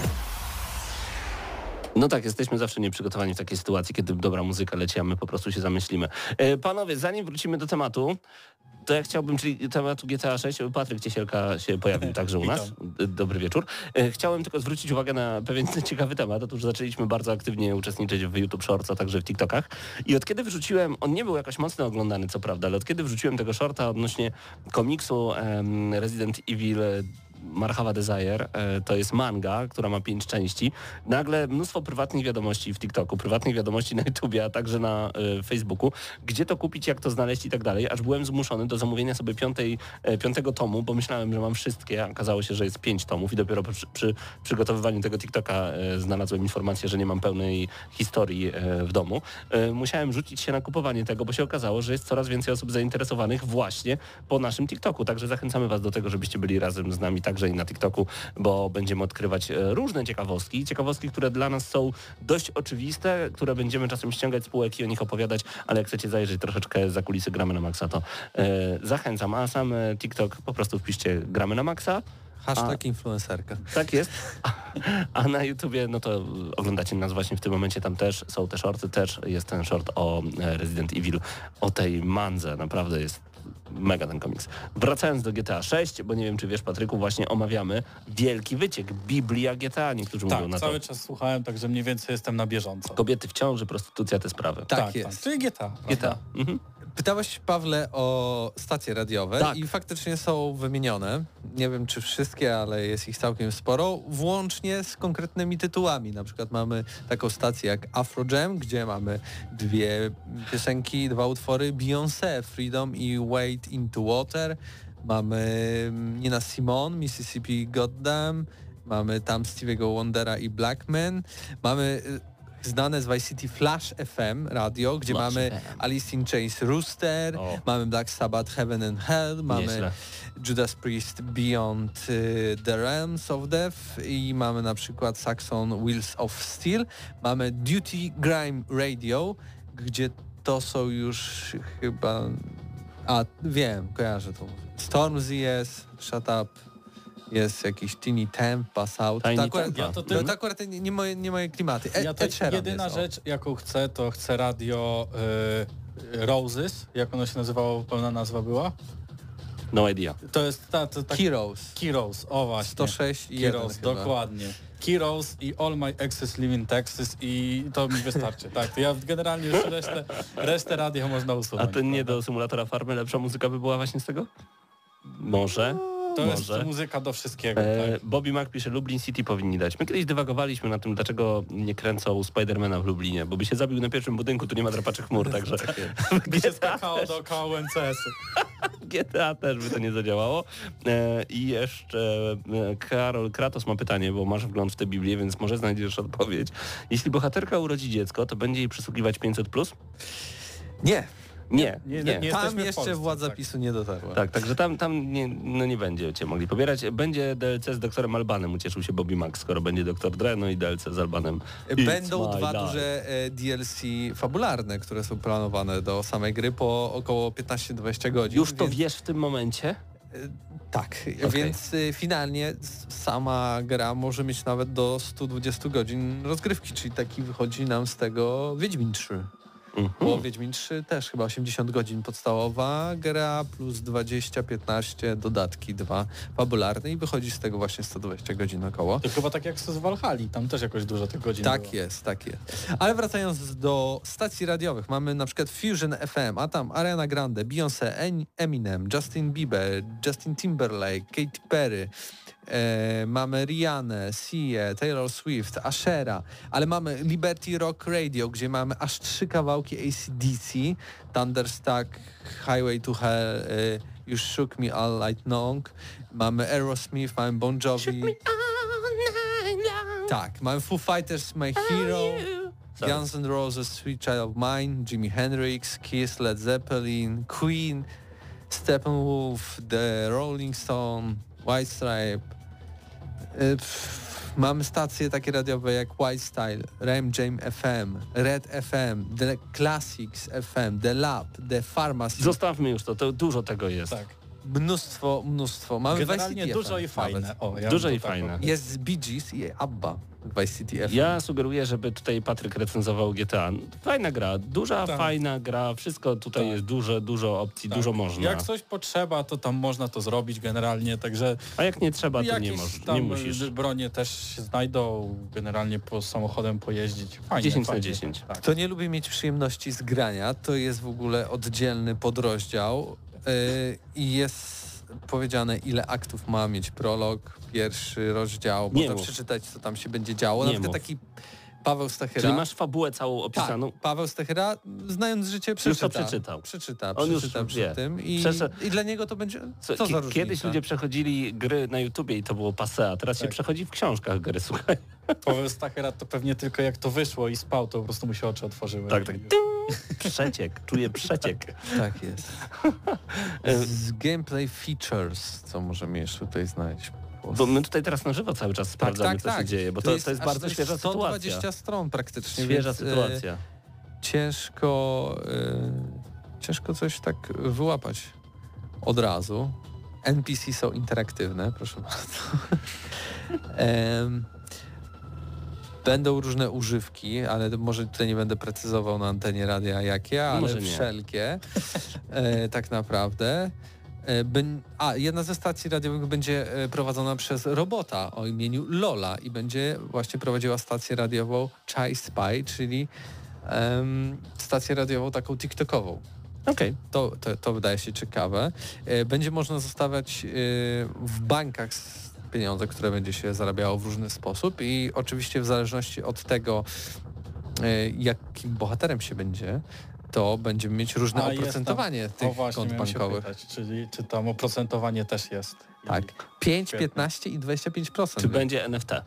Speaker 2: No tak, jesteśmy zawsze nieprzygotowani w takiej sytuacji, kiedy dobra muzyka leci, a my po prostu się zamyślimy. E, panowie, zanim wrócimy do tematu, to ja chciałbym, czyli tematu G T A sześć, Patryk Ciesielka się pojawił także u nas. Dobry wieczór. E, chciałem tylko zwrócić uwagę na pewien ciekawy temat. Otóż zaczęliśmy bardzo aktywnie uczestniczyć w YouTube Shorts, a także w TikTokach. I od kiedy wrzuciłem, on nie był jakoś mocno oglądany, co prawda, ale od kiedy wrzuciłem tego shorta odnośnie komiksu um, Resident Evil Marhawa Desire, to jest manga, która ma pięć części. Nagle mnóstwo prywatnych wiadomości w TikToku, prywatnych wiadomości na YouTubie, a także na y, Facebooku, gdzie to kupić, jak to znaleźć i tak dalej, aż byłem zmuszony do zamówienia sobie piątej, e, piątego tomu, bo myślałem, że mam wszystkie, a okazało się, że jest pięć tomów i dopiero przy, przy przygotowywaniu tego TikToka e, znalazłem informację, że nie mam pełnej historii e, w domu. E, musiałem rzucić się na kupowanie tego, bo się okazało, że jest coraz więcej osób zainteresowanych właśnie po naszym TikToku, także zachęcamy Was do tego, żebyście byli razem z nami także i na TikToku, bo będziemy odkrywać różne ciekawostki, ciekawostki, które dla nas są dość oczywiste, które będziemy czasem ściągać z półek i o nich opowiadać, ale jak chcecie zajrzeć troszeczkę za kulisy Gramy na Maxa, to e, zachęcam, a sam TikTok po prostu wpiszcie Gramy na Maxa.
Speaker 3: Hashtag a, influencerka.
Speaker 2: Tak jest. A, a na YouTubie, no to oglądacie nas właśnie w tym momencie, tam też są te shorty, też jest ten short o Resident Evil, o tej mandze, naprawdę jest mega ten komiks. Wracając do G T A sześć, bo nie wiem, czy wiesz, Patryku, właśnie omawiamy wielki wyciek, Biblia G T A, niektórzy
Speaker 5: tak,
Speaker 2: mówią na to.
Speaker 5: cały czas słuchałem, także mniej więcej jestem na bieżąco.
Speaker 2: Kobiety w ciąży, prostytucja, te sprawy.
Speaker 3: Tak,
Speaker 5: tak
Speaker 3: jest.
Speaker 5: Tak. Czyli G T A.
Speaker 2: G T A. Mhm.
Speaker 3: Pytałeś, Pawle, o stacje radiowe
Speaker 2: tak.
Speaker 3: i faktycznie są wymienione. Nie wiem, czy wszystkie, ale jest ich całkiem sporo, włącznie z konkretnymi tytułami. Na przykład mamy taką stację jak Afro Jam, gdzie mamy dwie piosenki, dwa utwory Beyoncé, Freedom i Wade into Water. Mamy Nina Simone, Mississippi Goddamn. Mamy tam Stevie'ego Wondera i Blackman. Mamy znane z Vice City Flash F M radio, gdzie
Speaker 2: Flash
Speaker 3: mamy
Speaker 2: F M.
Speaker 3: Alice in Chains Rooster,
Speaker 2: O.
Speaker 3: mamy Black Sabbath Heaven and Hell, mamy
Speaker 2: Nieźle.
Speaker 3: Judas Priest Beyond y, the Realms of Death i mamy na przykład Saxon Wheels of Steel, mamy Duty Grime Radio, gdzie to są już chyba... A, wiem, kojarzę to. Stormzy jest, Shut Up, jest jakiś Tiny Temp, Pass Out.
Speaker 2: Tiny
Speaker 3: to akurat,
Speaker 2: Tempa.
Speaker 3: ja to,
Speaker 2: Mhm.
Speaker 3: to akurat nie, nie, moje, nie moje klimaty. E,
Speaker 5: Ja to
Speaker 3: Ed Sheeran
Speaker 5: jedyna
Speaker 3: jest, o.
Speaker 5: rzecz, jaką chcę, to chcę radio y, Roses, jak ono się nazywało, pełna nazwa była.
Speaker 2: No idea.
Speaker 5: To jest ta... ta, ta
Speaker 3: Heroes.
Speaker 5: Heroes, o właśnie.
Speaker 3: sto sześć i jeden
Speaker 5: Heroes,
Speaker 3: chyba.
Speaker 5: dokładnie. Heroes i All My Exes Live in Texas i to mi wystarczy. Tak, to ja generalnie już resztę, resztę radia można
Speaker 2: A
Speaker 5: usunąć.
Speaker 2: to nie
Speaker 5: prawda?
Speaker 2: do symulatora farmy lepsza muzyka by była właśnie z tego? Może.
Speaker 5: To
Speaker 2: Może.
Speaker 5: jest muzyka do wszystkiego.
Speaker 2: E,
Speaker 5: Tak?
Speaker 2: Bobby Mac pisze, Lublin City powinni dać. My kiedyś dywagowaliśmy na tym, dlaczego nie kręcą Spidermana w Lublinie, bo by się zabił na pierwszym budynku, tu nie ma drapaczy chmur, także
Speaker 5: By się skakało dookoła U N C S-u.
Speaker 2: G T A też by to nie zadziałało. E, I jeszcze e, Karol Kratos ma pytanie, bo masz wgląd w tę Biblię, więc może znajdziesz odpowiedź. Jeśli bohaterka urodzi dziecko, to będzie jej przysługiwać pięćset plus?
Speaker 3: Nie,
Speaker 2: Nie,
Speaker 5: Nie,
Speaker 2: nie.
Speaker 5: nie.
Speaker 3: tam
Speaker 5: jesteśmy w
Speaker 3: jeszcze
Speaker 5: Polsce,
Speaker 3: władza
Speaker 5: tak.
Speaker 3: PiSu nie dotarła.
Speaker 2: Tak, także tam, tam nie, no nie będziecie mogli pobierać. Będzie D L C z doktorem Albanem, ucieszył się Bobby Mac, skoro będzie doktor Dre, no i D L C z Albanem.
Speaker 3: Będą
Speaker 2: It's my
Speaker 3: dwa
Speaker 2: life.
Speaker 3: duże e, D L C fabularne, które są planowane do samej gry po około piętnaście do dwudziestu godzin.
Speaker 2: Już to
Speaker 3: więc,
Speaker 2: wiesz w tym momencie?
Speaker 3: e, Tak,
Speaker 2: Okej.
Speaker 3: więc e, finalnie s- sama gra może mieć nawet do stu dwudziestu godzin rozgrywki, czyli taki wychodzi nam z tego Wiedźmin trzy.
Speaker 2: Mhm.
Speaker 3: Bo Wiedźmin trzy też chyba osiemdziesiąt godzin podstawowa gra plus dwadzieścia piętnaście dodatki dwa fabularne i wychodzi z tego właśnie sto dwadzieścia godzin około.
Speaker 5: To chyba tak jak z Walhali, tam też jakoś dużo tych godzin
Speaker 3: Tak
Speaker 5: było.
Speaker 3: jest, tak jest. Ale wracając do stacji radiowych, mamy na przykład Fusion F M, a tam Ariana Grande, Beyoncé, En- Eminem, Justin Bieber, Justin Timberlake, Katy Perry, e, mamy Rihannę, Się, Taylor Swift, Ashera, ale mamy Liberty Rock Radio, gdzie mamy aż trzy kawałki A C D C, Thunderstruck, Highway to Hell, e, You Shook Me All Night Long, mamy Aerosmith, mamy Bon Jovi. Tak, mamy Foo Fighters, My Hero, Guns N' Roses, Sweet Child of Mine, Jimi Hendrix, Kiss, Led Zeppelin, Queen, Steppenwolf, The Rolling Stone, White Stripe. Y, pff, mamy stacje takie radiowe jak White Style, Ram Jam F M, Red F M, The Classics F M, The Lab, The Pharmacy.
Speaker 2: Zostawmy już to, to dużo tego jest.
Speaker 5: Tak.
Speaker 3: Mnóstwo, mnóstwo. Mamy
Speaker 5: Generalnie
Speaker 3: Vice City
Speaker 5: dużo
Speaker 3: F M
Speaker 5: i fajne.
Speaker 3: nawet.
Speaker 5: O, ja
Speaker 2: Dużo
Speaker 5: bym
Speaker 2: i
Speaker 5: to tak
Speaker 2: fajne.
Speaker 3: Jest Bee Gees i Abba w Vice City F M.
Speaker 2: Ja sugeruję, żeby tutaj Patryk recenzował G T A. Fajna gra, duża,
Speaker 5: Tak.
Speaker 2: fajna gra, wszystko tutaj
Speaker 5: Tak.
Speaker 2: jest duże, dużo opcji,
Speaker 5: Tak.
Speaker 2: dużo można.
Speaker 5: Jak coś potrzeba, to tam można to zrobić generalnie, także
Speaker 2: A jak nie trzeba, to nie,
Speaker 5: jakieś
Speaker 2: możesz,
Speaker 5: tam
Speaker 2: nie musisz.
Speaker 5: bronie też się znajdą, generalnie po samochodem pojeździć. Fajnie,
Speaker 2: dziesięć na
Speaker 5: fajnie.
Speaker 2: dziesięć.
Speaker 5: Tak.
Speaker 3: Kto nie lubi mieć przyjemności z grania, to jest w ogóle oddzielny podrozdział yy, i jest powiedziane, ile aktów ma mieć prolog, pierwszy rozdział,
Speaker 2: Nie
Speaker 3: można
Speaker 2: mów.
Speaker 3: przeczytać, co tam się będzie działo.
Speaker 2: Nie
Speaker 3: Na przykład
Speaker 2: mów.
Speaker 3: taki Paweł Stachyra.
Speaker 2: Czyli masz fabułę całą opisaną?
Speaker 3: Tak, Paweł Stachyra, znając życie, przeczyta.
Speaker 2: to przeczytał.
Speaker 3: Przeczyta,
Speaker 2: On już
Speaker 3: przeczyta przy
Speaker 2: wie.
Speaker 3: tym i,
Speaker 2: Przeszedł-
Speaker 3: i dla niego to będzie...
Speaker 2: Co,
Speaker 3: Co
Speaker 2: ki-
Speaker 3: za różnica?
Speaker 2: Kiedyś ludzie przechodzili gry na YouTubie i to było passé, a teraz się
Speaker 5: Tak.
Speaker 2: przechodzi w książkach gry, słuchaj.
Speaker 5: Paweł Stachera to pewnie tylko jak to wyszło i spał, to po prostu mu się oczy otworzyły.
Speaker 2: Tak, tak. Przeciek, czuję przeciek.
Speaker 3: Tak jest. Z gameplay features, co możemy jeszcze tutaj znaleźć?
Speaker 2: Bo my tutaj teraz na żywo cały czas sprawdzamy,
Speaker 3: tak,
Speaker 2: co
Speaker 3: tak.
Speaker 2: się dzieje, bo
Speaker 3: Tu
Speaker 2: to, to jest
Speaker 3: aż
Speaker 2: bardzo świeża
Speaker 3: sto dwadzieścia
Speaker 2: sytuacja.
Speaker 3: stron praktycznie,
Speaker 2: Świeża
Speaker 3: więc, e,
Speaker 2: sytuacja.
Speaker 3: ciężko, e, ciężko coś tak wyłapać od razu. N P C są interaktywne, proszę bardzo. Em, Będą różne używki, ale może tutaj nie będę precyzował na antenie radia jakie, ale
Speaker 2: Może nie.
Speaker 3: wszelkie e, tak naprawdę. E, byn- A, jedna ze stacji radiowych będzie e, prowadzona przez robota o imieniu Lola i będzie właśnie prowadziła stację radiową Chai Spy, czyli em, stację radiową taką TikTokową.
Speaker 2: Okej.
Speaker 3: To, to, to wydaje się ciekawe. E, Będzie można zostawiać e, w bankach s- pieniądze, które będzie się zarabiało w różny sposób i oczywiście w zależności od tego, e, jakim bohaterem się będzie, to będziemy mieć różne
Speaker 5: A, jest tam-
Speaker 3: oprocentowanie
Speaker 5: O
Speaker 3: tych
Speaker 5: właśnie,
Speaker 3: kont
Speaker 5: miałem się
Speaker 3: bankowych.
Speaker 5: pytać, czyli czy tam oprocentowanie też jest.
Speaker 3: Tak. pięć,
Speaker 5: Świetnie.
Speaker 3: piętnaście i dwadzieścia pięć procent.
Speaker 2: Czy będzie N F T?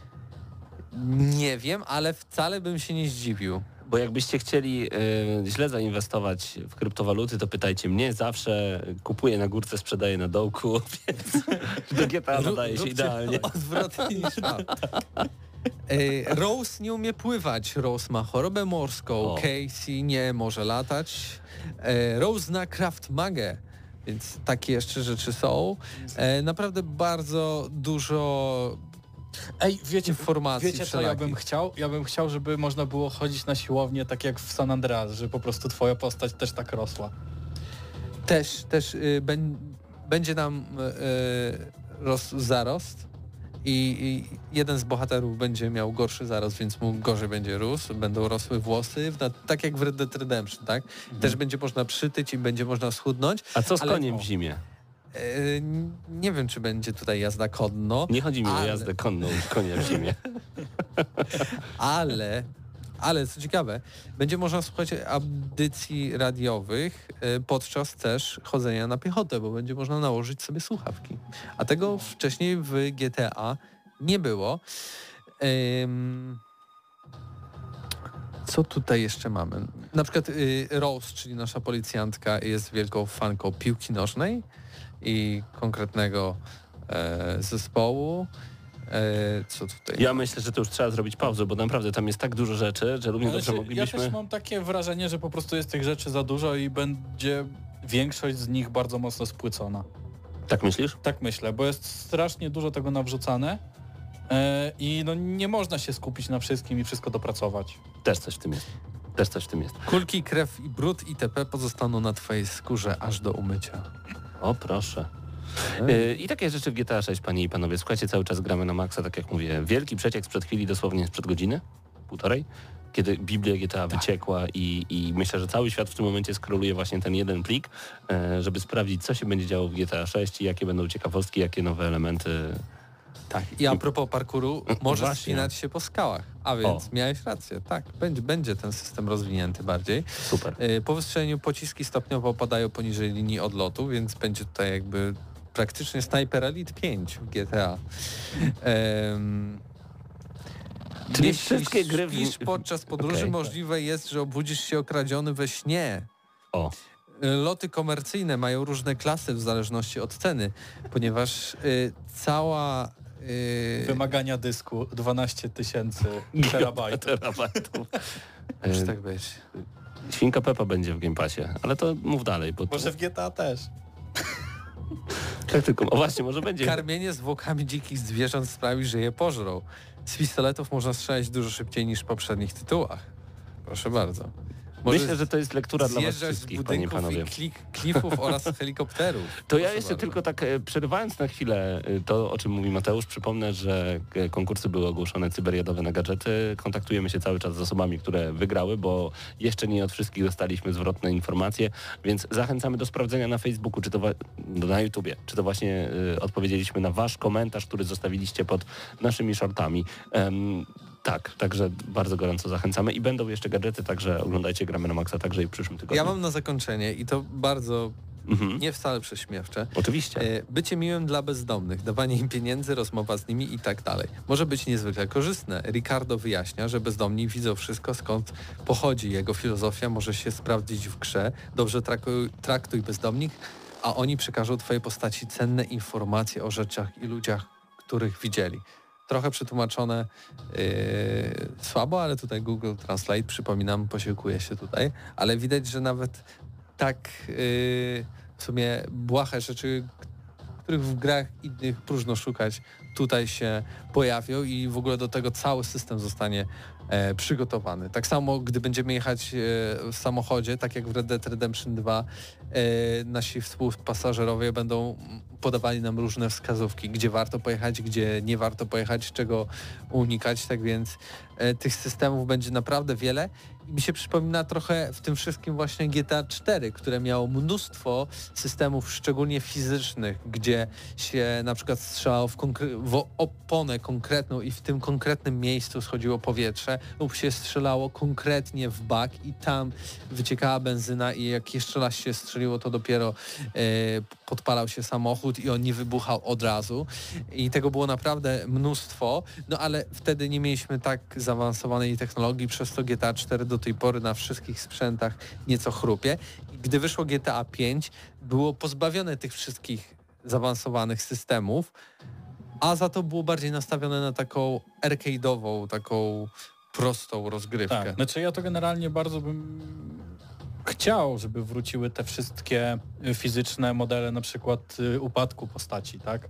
Speaker 3: Nie wiem, ale wcale bym się nie zdziwił.
Speaker 2: Bo jakbyście chcieli y, źle zainwestować w kryptowaluty, to pytajcie mnie. Zawsze kupuję na górce, sprzedaję na dołku, więc do G T A nadaje się
Speaker 3: Róbcie
Speaker 2: idealnie.
Speaker 3: Odwrotnie niż tam. E, Rose nie umie pływać. Rose ma chorobę morską.
Speaker 2: O.
Speaker 3: Casey nie może latać. E, Rose zna Kraft Magę. Więc takie jeszcze rzeczy są. E, naprawdę bardzo dużo
Speaker 5: Ej, wiecie,
Speaker 3: informacji
Speaker 5: wiecie co ja
Speaker 3: wszelakich.
Speaker 5: bym chciał? Ja bym chciał, żeby można było chodzić na siłownię tak jak w San Andreas, że po prostu twoja postać też tak rosła.
Speaker 3: Też, też y, beń- będzie nam y, ros- zarost i, i jeden z bohaterów będzie miał gorszy zarost, więc mu gorzej będzie rósł, będą rosły włosy, na, tak jak w Red Dead Redemption, tak? Też będzie można przytyć i będzie można schudnąć.
Speaker 2: A co z
Speaker 3: Ale-
Speaker 2: koniem w zimie?
Speaker 3: Y, nie wiem, czy będzie tutaj jazda konno,
Speaker 2: Nie chodzi mi o
Speaker 3: ale-
Speaker 2: jazdę konną konia w zimie.
Speaker 3: ale, ale co ciekawe, będzie można słuchać audycji radiowych y, podczas też chodzenia na piechotę, bo będzie można nałożyć sobie słuchawki. A tego wcześniej w G T A nie było. Ym, co tutaj jeszcze mamy? Na przykład y, Rose, czyli nasza policjantka, jest wielką fanką piłki nożnej i konkretnego e, zespołu. E, co tutaj?
Speaker 2: Ja myślę, że to już trzeba zrobić pauzę, bo naprawdę tam jest tak dużo rzeczy, że równie
Speaker 5: Ale
Speaker 2: dobrze
Speaker 5: czy- ja
Speaker 2: moglibyśmy...
Speaker 5: też mam takie wrażenie, że po prostu jest tych rzeczy za dużo i będzie większość z nich bardzo mocno spłycona.
Speaker 2: Tak myślisz?
Speaker 5: Tak myślę, bo jest strasznie dużo tego nawrzucane e, i no nie można się skupić na wszystkim i wszystko dopracować.
Speaker 2: Też coś w tym jest. Też coś w tym jest.
Speaker 3: Kulki, krew i brud itp. pozostaną na twojej skórze aż do umycia.
Speaker 2: O, proszę. Yy, I takie rzeczy w G T A sześć, panie i panowie. Słuchajcie, cały czas gramy na maksa, tak jak mówię. Wielki przeciek sprzed chwili, dosłownie sprzed godziny, półtorej, kiedy Biblia G T A wyciekła i, i myślę, że cały świat w tym momencie skroluje właśnie ten jeden plik, e, żeby sprawdzić, co się będzie działo w G T A sześć i jakie będą ciekawostki, jakie nowe elementy.
Speaker 3: Tak. I a propos parkouru, możesz
Speaker 2: Właśnie.
Speaker 3: wspinać się po skałach. A więc
Speaker 2: O.
Speaker 3: miałeś rację. Tak, będzie, będzie ten system rozwinięty bardziej.
Speaker 2: Super.
Speaker 3: Yy, Po wystrzeleniu pociski stopniowo opadają poniżej linii odlotu, więc będzie tutaj jakby praktycznie Sniper Elite pięć w G T A. Em,
Speaker 2: Czyli
Speaker 3: Jeśli
Speaker 2: wszystkie gry... w-
Speaker 3: śpisz podczas podróży,
Speaker 2: Okej.
Speaker 3: możliwe jest, że obudzisz się okradziony we śnie.
Speaker 2: O,
Speaker 3: Loty komercyjne mają różne klasy w zależności od ceny, ponieważ y, cała... Y,
Speaker 8: Wymagania dysku dwanaście tysięcy terabajtów.
Speaker 2: terabajtów.
Speaker 3: może
Speaker 2: E,
Speaker 3: tak być.
Speaker 2: Świnka Peppa będzie w Game Passie, ale to mów dalej, bo...
Speaker 8: Może w G T A też.
Speaker 2: Tak tylko... O właśnie, może będzie...
Speaker 3: Karmienie zwłokami dzikich zwierząt sprawi, że je pożrą. Z pistoletów można strzelać dużo szybciej niż w poprzednich tytułach. Proszę bardzo. Może
Speaker 2: Myślę, że to jest lektura dla was
Speaker 3: zjeżdżać z
Speaker 2: wszystkich, panie i
Speaker 3: budynków
Speaker 2: panowie.
Speaker 3: i klik, klifów oraz helikopterów.
Speaker 2: To ja
Speaker 3: Proszę
Speaker 2: jeszcze
Speaker 3: bardzo.
Speaker 2: tylko tak e, przerywając na chwilę e, to, o czym mówi Mateusz, przypomnę, że e, konkursy były ogłoszone cyberjadowe na gadżety. Kontaktujemy się cały czas z osobami, które wygrały, bo jeszcze nie od wszystkich dostaliśmy zwrotne informacje, więc zachęcamy do sprawdzenia na Facebooku, czy to wa- no, na YouTubie, czy to właśnie e, odpowiedzieliśmy na wasz komentarz, który zostawiliście pod naszymi shortami. Em, tak, także bardzo gorąco zachęcamy i będą jeszcze gadżety, także oglądajcie Gramy na Maxa także i w przyszłym tygodniu.
Speaker 3: Ja mam na zakończenie i to bardzo
Speaker 2: Mhm.
Speaker 3: nie wcale prześmiewcze.
Speaker 2: Oczywiście.
Speaker 3: E, Bycie miłym dla bezdomnych, dawanie im pieniędzy, rozmowa z nimi i tak dalej. Może być niezwykle korzystne. Ricardo wyjaśnia, że bezdomni widzą wszystko, skąd pochodzi. Jego filozofia może się sprawdzić w grze. Dobrze traktuj, traktuj bezdomnych, a oni przekażą twojej postaci cenne informacje o rzeczach i ludziach, których widzieli. Trochę przetłumaczone yy, słabo, ale tutaj Google Translate, przypominam, posiłkuje się tutaj, ale widać, że nawet tak yy, w sumie błahe rzeczy, których w grach innych próżno szukać, tutaj się pojawią i w ogóle do tego cały system zostanie e, przygotowany. Tak samo, gdy będziemy jechać e, w samochodzie, tak jak w Red Dead Redemption dwa, e, nasi współpasażerowie będą podawali nam różne wskazówki, gdzie warto pojechać, gdzie nie warto pojechać, czego unikać, tak więc e, tych systemów będzie naprawdę wiele. I mi się przypomina trochę w tym wszystkim właśnie G T A cztery, które miało mnóstwo systemów, szczególnie fizycznych, gdzie się na przykład strzelało w, konkre- w oponę konkretną i w tym konkretnym miejscu schodziło powietrze lub się strzelało konkretnie w bak i tam wyciekała benzyna i jak jeszcze raz się strzeliło, to dopiero e, podpalał się samochód i on nie wybuchał od razu. I tego było naprawdę mnóstwo, no ale wtedy nie mieliśmy tak zaawansowanej technologii, przez to G T A cztery do tej pory na wszystkich sprzętach nieco chrupie. I gdy wyszło G T A pięć, było pozbawione tych wszystkich zaawansowanych systemów, a za to było bardziej nastawione na taką arcade'ową, taką prostą rozgrywkę.
Speaker 8: Tak, znaczy ja to generalnie bardzo bym chciał, żeby wróciły te wszystkie fizyczne modele, na przykład y, upadku postaci, tak?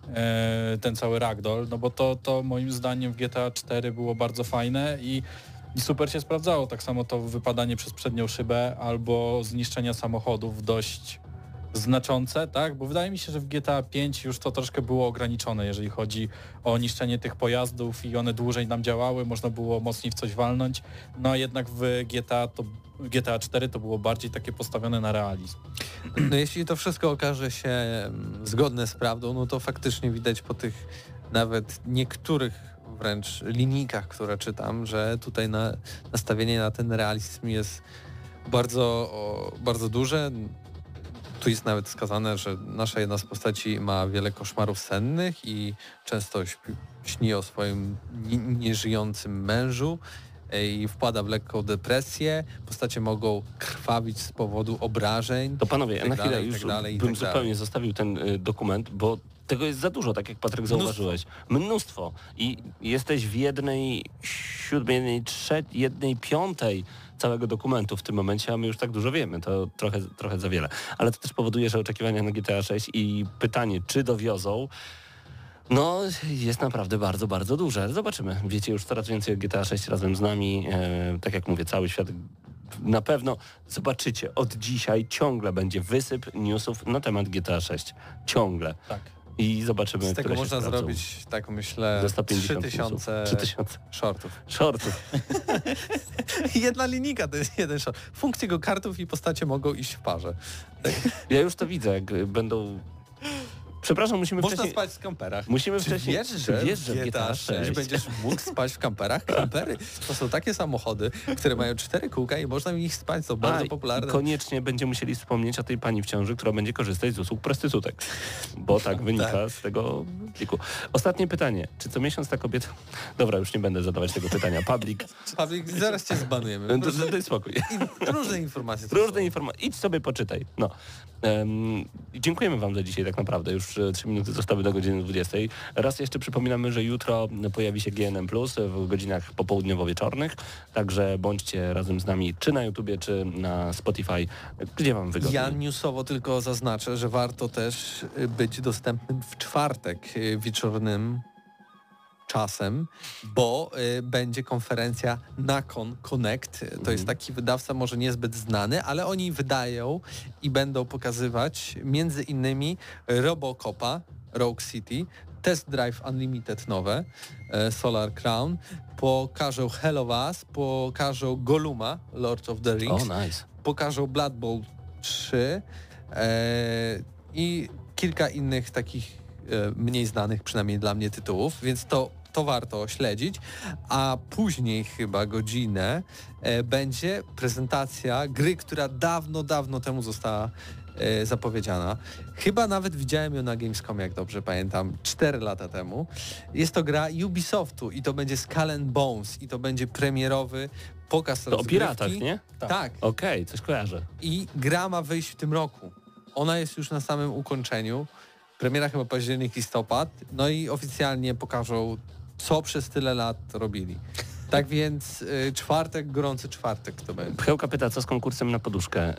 Speaker 8: E, ten cały ragdoll, no bo to, to moim zdaniem w G T A cztery było bardzo fajne i, i super się sprawdzało. Tak samo to wypadanie przez przednią szybę albo zniszczenia samochodów dość znaczące, tak? Bo wydaje mi się, że w G T A pięć już to troszkę było ograniczone, jeżeli chodzi o niszczenie tych pojazdów i one dłużej nam działały, można było mocniej w coś walnąć, no a jednak w G T A to G T A cztery to było bardziej takie postawione na realizm.
Speaker 3: No jeśli to wszystko okaże się mm, zgodne z prawdą, no to faktycznie widać po tych nawet niektórych wręcz linijkach, które czytam, że tutaj na, nastawienie na ten realizm jest bardzo, o, bardzo duże. Tu jest nawet wskazane, że nasza jedna z postaci ma wiele koszmarów sennych i często śpi, śni o swoim nie, nieżyjącym mężu i wpada w lekką depresję. Postacie mogą krwawić z powodu obrażeń.
Speaker 2: To panowie, ja
Speaker 3: tak
Speaker 2: na chwilę
Speaker 3: dalej, i
Speaker 2: już
Speaker 3: tak dalej, i
Speaker 2: bym
Speaker 3: tak
Speaker 2: zupełnie
Speaker 3: dalej.
Speaker 2: zostawił ten y, dokument, bo tego jest za dużo, tak jak Patryk zauważyłeś. Mnóstwo. I jesteś w jednej siódmej, jednej trzeciej, jednej piątej całego dokumentu w tym momencie, a my już tak dużo wiemy. To trochę, trochę za wiele. Ale to też powoduje, że oczekiwania na G T A sześć i pytanie, czy dowiozą, no jest naprawdę bardzo, bardzo duże. Zobaczymy. Wiecie już coraz więcej o G T A sześć razem z nami. E, tak jak mówię, cały świat na pewno zobaczycie. Od dzisiaj ciągle będzie wysyp newsów na temat G T A sześć. Ciągle.
Speaker 8: Tak.
Speaker 2: I zobaczymy,
Speaker 3: Z tego
Speaker 2: które się
Speaker 3: można
Speaker 2: sprawdzą.
Speaker 3: zrobić, tak myślę,
Speaker 2: Ze sto
Speaker 3: trzy
Speaker 2: pięćdziesiąt
Speaker 3: tysiące
Speaker 2: trzy tysiące
Speaker 3: shortów.
Speaker 2: shortów.
Speaker 3: Jedna linijka to jest jeden short. Funkcje go kartów i postacie mogą iść w parze.
Speaker 2: Ja już to widzę, jak będą Przepraszam, musimy
Speaker 3: Można
Speaker 2: wcześniej...
Speaker 3: spać w kamperach.
Speaker 2: Musimy
Speaker 3: Czy
Speaker 2: wcześniej...
Speaker 3: wiesz,
Speaker 2: Czy
Speaker 3: że
Speaker 2: wiesz, że
Speaker 3: w G T A sześć będziesz mógł spać w kamperach? Kampery to są takie samochody, które mają cztery kółka i można w nich spać, są bardzo
Speaker 2: A,
Speaker 3: popularne.
Speaker 2: I koniecznie będziemy musieli wspomnieć o tej pani w ciąży, która będzie korzystać z usług prostytutek, bo tak wynika z tego pliku. Ostatnie pytanie. Czy co miesiąc ta kobieta... Dobra, już nie będę zadawać tego pytania. Public...
Speaker 3: Public, zaraz cię zbanujemy.
Speaker 2: Daj to, spokój.
Speaker 3: I różne informacje.
Speaker 2: Różne informacje. Idź sobie poczytaj. No. Um, dziękujemy wam za dzisiaj tak naprawdę. Już trzy minuty zostały do godziny dwudziestej. Raz jeszcze przypominamy, że jutro pojawi się G N M plus w godzinach popołudniowo-wieczornych. Także bądźcie razem z nami czy na YouTubie, czy na Spotify. Gdzie wam wygodnie?
Speaker 3: Ja newsowo tylko zaznaczę, że warto też być dostępnym w czwartek wieczornym czasem, bo y, będzie konferencja Nakon Connect. To mm. jest taki wydawca może niezbyt znany, ale oni wydają i będą pokazywać między innymi Robocopa, Rogue City, Test Drive Unlimited nowe, e, Solar Crown, pokażą Hell of Us, pokażą Golluma, Lord of the Rings,
Speaker 2: oh, nice.
Speaker 3: pokażą Blood Bowl trzy e, i kilka innych takich e, mniej znanych, przynajmniej dla mnie, tytułów, więc to to warto śledzić, a później chyba godzinę e, będzie prezentacja gry, która dawno, dawno temu została e, zapowiedziana. Chyba nawet widziałem ją na Gamescomie, jak dobrze pamiętam, cztery lata temu. Jest to gra Ubisoftu i to będzie Skull and Bones i to będzie premierowy pokaz
Speaker 2: to
Speaker 3: rozgrywki.
Speaker 2: O piratach, nie?
Speaker 3: Tak. tak.
Speaker 2: Okej, okay, coś kojarzę.
Speaker 3: I gra ma wyjść w tym roku. Ona jest już na samym ukończeniu. Premiera chyba październik, listopad. No i oficjalnie pokażą, co przez tyle lat robili. Tak więc y, czwartek, gorący czwartek to będzie.
Speaker 2: Pchełka pyta, co z konkursem na poduszkę.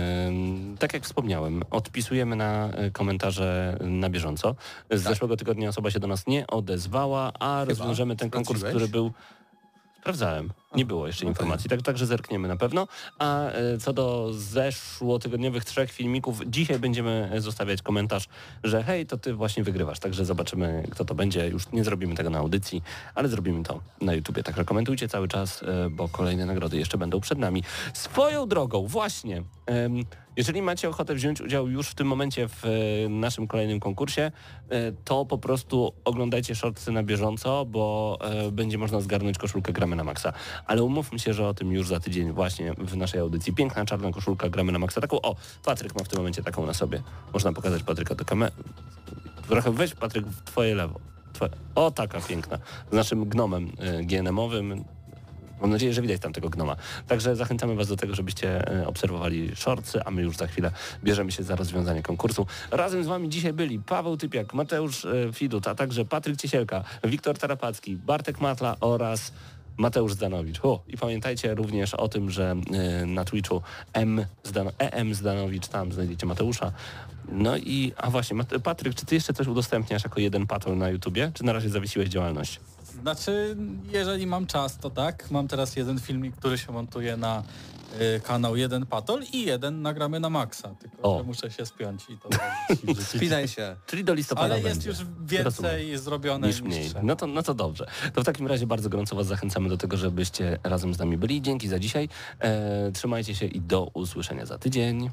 Speaker 2: Yy, tak jak wspomniałem, odpisujemy na komentarze na bieżąco. Z tak. zeszłego tygodnia osoba się do nas nie odezwała, a Chyba. rozwiążemy ten konkurs, który był... Sprawdzałem. Nie było jeszcze okay. informacji, tak, także zerkniemy na pewno. A e, co do zeszłotygodniowych trzech filmików, dzisiaj będziemy zostawiać komentarz, że hej, to ty właśnie wygrywasz, także zobaczymy, kto to będzie. Już nie zrobimy tego na audycji, ale zrobimy to na YouTubie. Także komentujcie cały czas, e, bo kolejne nagrody jeszcze będą przed nami. Swoją drogą, właśnie, e, jeżeli macie ochotę wziąć udział już w tym momencie w e, naszym kolejnym konkursie, e, to po prostu oglądajcie shortsy na bieżąco, bo e, będzie można zgarnąć koszulkę Gramy na Maxa. Ale umówmy się, że o tym już za tydzień właśnie w naszej audycji. Piękna czarna koszulka Gramy na Maxa. Taką, o, Patryk ma w tym momencie taką na sobie. Można pokazać Patryka do kamery. Trochę weź, Patryk, w twoje lewo. Twoje. O, taka piękna. Z naszym gnomem y, G N M-owym. Mam nadzieję, że widać tam tego gnoma. Także zachęcamy was do tego, żebyście obserwowali shortsy, a my już za chwilę bierzemy się za rozwiązanie konkursu. Razem z wami dzisiaj byli Paweł Typiak, Mateusz Widut, a także Patryk Ciesielka, Wiktor Tarapacki, Bartek Matla oraz Mateusz Zdanowicz. O, i pamiętajcie również o tym, że y, na Twitchu M Zdano- E M Zdanowicz, tam znajdziecie Mateusza. No i, a właśnie, Mat- Patryk, czy ty jeszcze coś udostępniasz jako jeden patrol na YouTubie? Czy na razie zawiesiłeś działalność?
Speaker 8: Znaczy, jeżeli mam czas, to tak. Mam teraz jeden filmik, który się montuje na y, kanał Jeden Patol i jeden nagramy na Maxa. Tylko
Speaker 2: o.
Speaker 8: że muszę się spiąć i to
Speaker 3: Spinaj się.
Speaker 2: Czyli do listopada
Speaker 8: Ale jest
Speaker 2: będzie.
Speaker 8: już więcej
Speaker 2: Rozumiem.
Speaker 8: zrobione
Speaker 2: niż mniej.
Speaker 8: niż
Speaker 2: No to, no to dobrze. To w takim razie bardzo gorąco was zachęcamy do tego, żebyście razem z nami byli. Dzięki za dzisiaj. E, trzymajcie się i do usłyszenia za tydzień.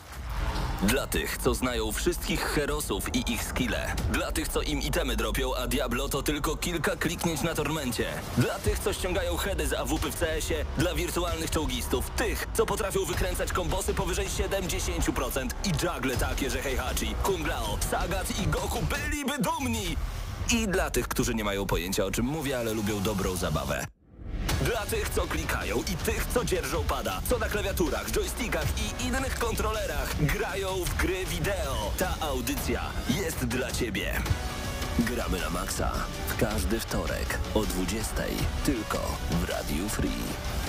Speaker 1: Dla tych, co znają wszystkich herosów i ich skille. Dla tych, co im itemy dropią, a Diablo to tylko kilka kliknięć na tormencie. Dla tych, co ściągają heady z A W P w C S-ie. Dla wirtualnych czołgistów. Tych, co potrafią wykręcać kombosy powyżej siedemdziesiąt procent. I juggle takie, że Heihachi, Kung Lao, Sagat i Goku byliby dumni. I dla tych, którzy nie mają pojęcia, o czym mówię, ale lubią dobrą zabawę. Dla tych, co klikają i tych, co dzierżą pada, co na klawiaturach, joystickach i innych kontrolerach grają w gry wideo. Ta audycja jest dla ciebie. Gramy na Maxa w każdy wtorek o dwudziestej tylko w Radiu Free.